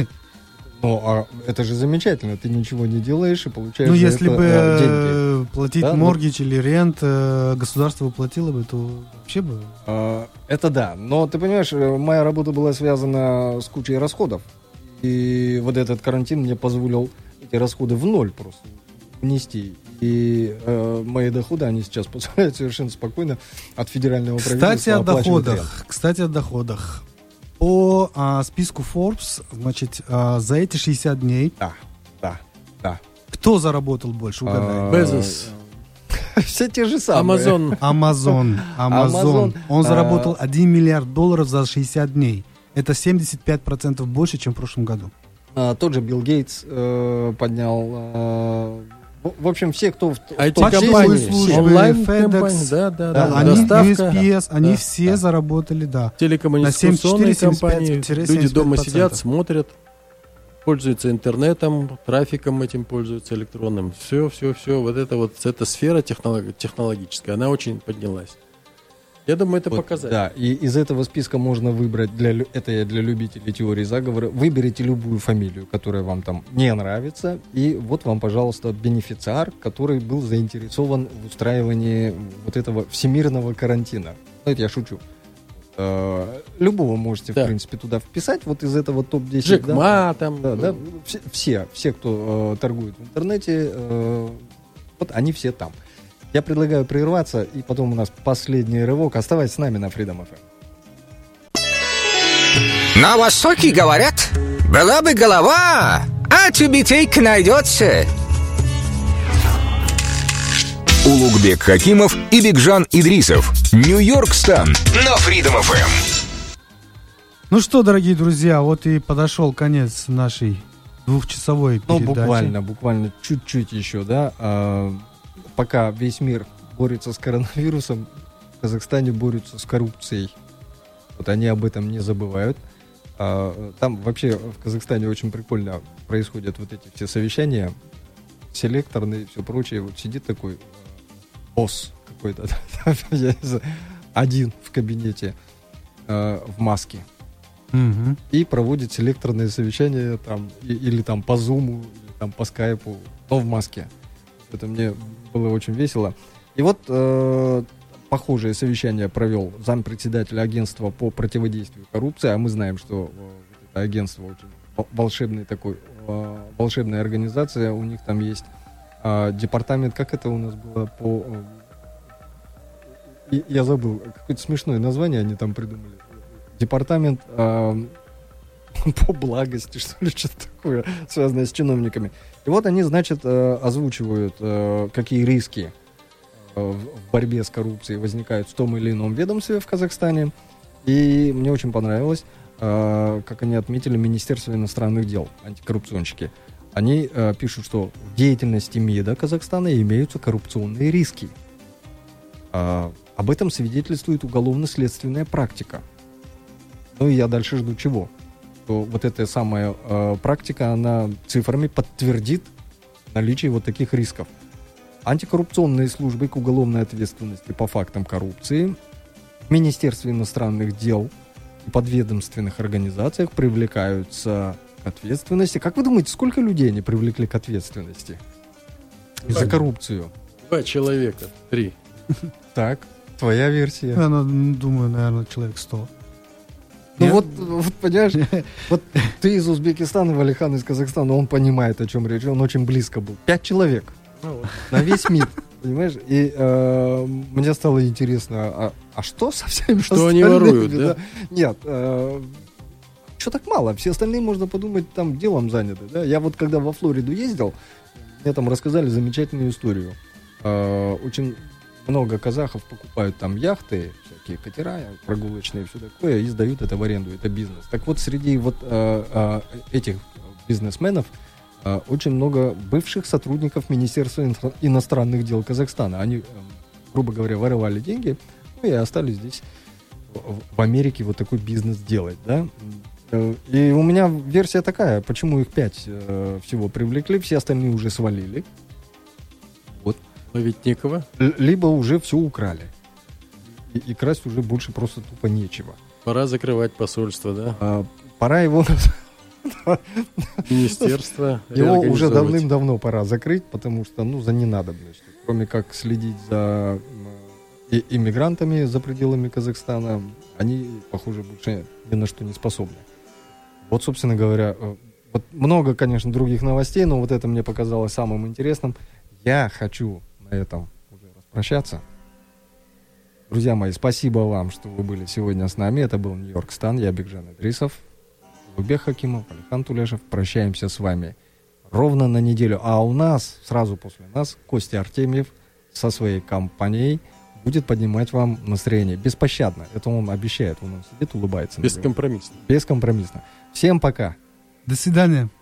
D: Но это же замечательно, ты ничего не делаешь и получаешь за
C: если
D: это
C: бы
D: деньги.
C: Платить моргидж или рент государство платило бы, то вообще бы...
D: Это да, но ты понимаешь, моя работа была связана с кучей расходов. И вот этот карантин мне позволил эти расходы в ноль просто внести. И мои доходы, они сейчас позволяют совершенно спокойно от федерального правительства оплачивать рент.
C: Кстати, о доходах. По списку Forbes, значит, за эти 60 дней...
D: Да.
C: Кто заработал больше, угадай?
E: Безос.
D: Все те же самые.
C: Амазон. Он заработал $1 миллиард за 60 дней. Это 75% больше, чем в прошлом году.
D: Тот же Билл Гейтс поднял... В общем, все, кто в
E: IT-компании,
C: онлайн-компании, они USPS, они все заработали,
E: телекоммуникационные компании, люди дома сидят, смотрят, пользуются интернетом, трафиком этим пользуются электронным. Все. Вот эта сфера технологическая, она очень поднялась. Я думаю, это показатель.
D: Да, и из этого списка можно выбрать, это я для любителей теории заговора, выберите любую фамилию, которая вам там не нравится, и вот вам, пожалуйста, бенефициар, который был заинтересован в устраивании вот этого всемирного карантина. Это я шучу. Любого можете, в принципе, туда вписать, вот из этого топ-10.
E: Джек Ма там.
D: Да, все, кто торгует в интернете, вот они все там. Я предлагаю прерваться, и потом у нас последний рывок. Оставайтесь с нами на Freedom FM.
B: На Востоке говорят, была бы голова, а тюбетейка найдется.
A: Улугбек Хакимов и Бигжан Идрисов. Нью-Йорк Стан на Freedom FM.
C: Ну что, дорогие друзья, вот и подошел конец нашей двухчасовой передачи.
D: Буквально чуть-чуть еще, да. Пока весь мир борется с коронавирусом, в Казахстане борются с коррупцией. Вот они об этом не забывают. Там вообще в Казахстане очень прикольно происходят вот эти все совещания, селекторные и все прочее. Вот сидит такой босс какой-то, один в кабинете в маске. И проводит селекторные совещания там, или там по Зуму, или там по Скайпу, но в маске. Это мне было очень весело. И вот похожее совещание провел зампредседателя агентства по противодействию коррупции. А мы знаем, что это агентство очень волшебная организация. У них там есть департамент, как это у нас было я забыл, какое-то смешное название они там придумали. Департамент по благости, что ли, что-то такое, связанное с чиновниками. И вот они, значит, озвучивают, какие риски в борьбе с коррупцией возникают в том или ином ведомстве в Казахстане. И мне очень понравилось, как они отметили Министерство иностранных дел, антикоррупционщики. Они пишут, что в деятельности МИДа Казахстана имеются коррупционные риски. Об этом свидетельствует уголовно-следственная практика. Ну и я дальше жду чего? Что вот эта самая практика, она цифрами подтвердит наличие вот таких рисков. Антикоррупционные службы к уголовной ответственности по фактам коррупции в Министерстве иностранных дел и подведомственных организациях привлекаются к ответственности. Как вы думаете, сколько людей они привлекли к ответственности за коррупцию?
E: 2 человека, 3.
D: Так, твоя версия?
C: Я думаю, наверное, человек 100.
D: Ну вот, понимаешь, вот ты из Узбекистана, Валихан из Казахстана, он понимает, о чем речь, он очень близко был. 5 человек на весь мир, понимаешь? И мне стало интересно, а что со всеми
E: что они воруют, да?
D: Нет, что так мало? Все остальные, можно подумать, там делом заняты. Да? Я вот когда во Флориду ездил, мне там рассказали замечательную историю. Очень много казахов покупают там яхты, всякие катера прогулочные, все такое, и сдают это в аренду, это бизнес. Так вот, среди вот этих бизнесменов очень много бывших сотрудников Министерства иностранных дел Казахстана. Они, грубо говоря, воровали деньги, ну и остались здесь, в Америке, вот такой бизнес делать, да. И у меня версия такая, почему их 5 всего привлекли, все остальные уже свалили. Вот.
E: Ловить некого.
D: Либо уже все украли. И красть уже больше просто тупо нечего.
E: Пора закрывать посольство, да?
D: Пора его...
E: Министерство.
D: Его уже давным-давно пора закрыть, потому что, за ненадобностью. Кроме как следить за иммигрантами за пределами Казахстана, они, похоже, больше ни на что не способны. Вот, собственно говоря, вот много, конечно, других новостей, но вот это мне показалось самым интересным. Я хочу на этом уже распрощаться. Друзья мои, спасибо вам, что вы были сегодня с нами. Это был Нью-Йорк Стан, я Бигжан Идрисов, Улугбек Хакимов, Алихан Тулешев. Прощаемся с вами ровно на неделю. А у нас, сразу после нас, Костя Артемьев со своей компанией будет поднимать вам настроение беспощадно. Это он обещает. Он сидит, улыбается.
E: Бескомпромиссно.
D: Бескомпромиссно. Всем пока.
C: До свидания.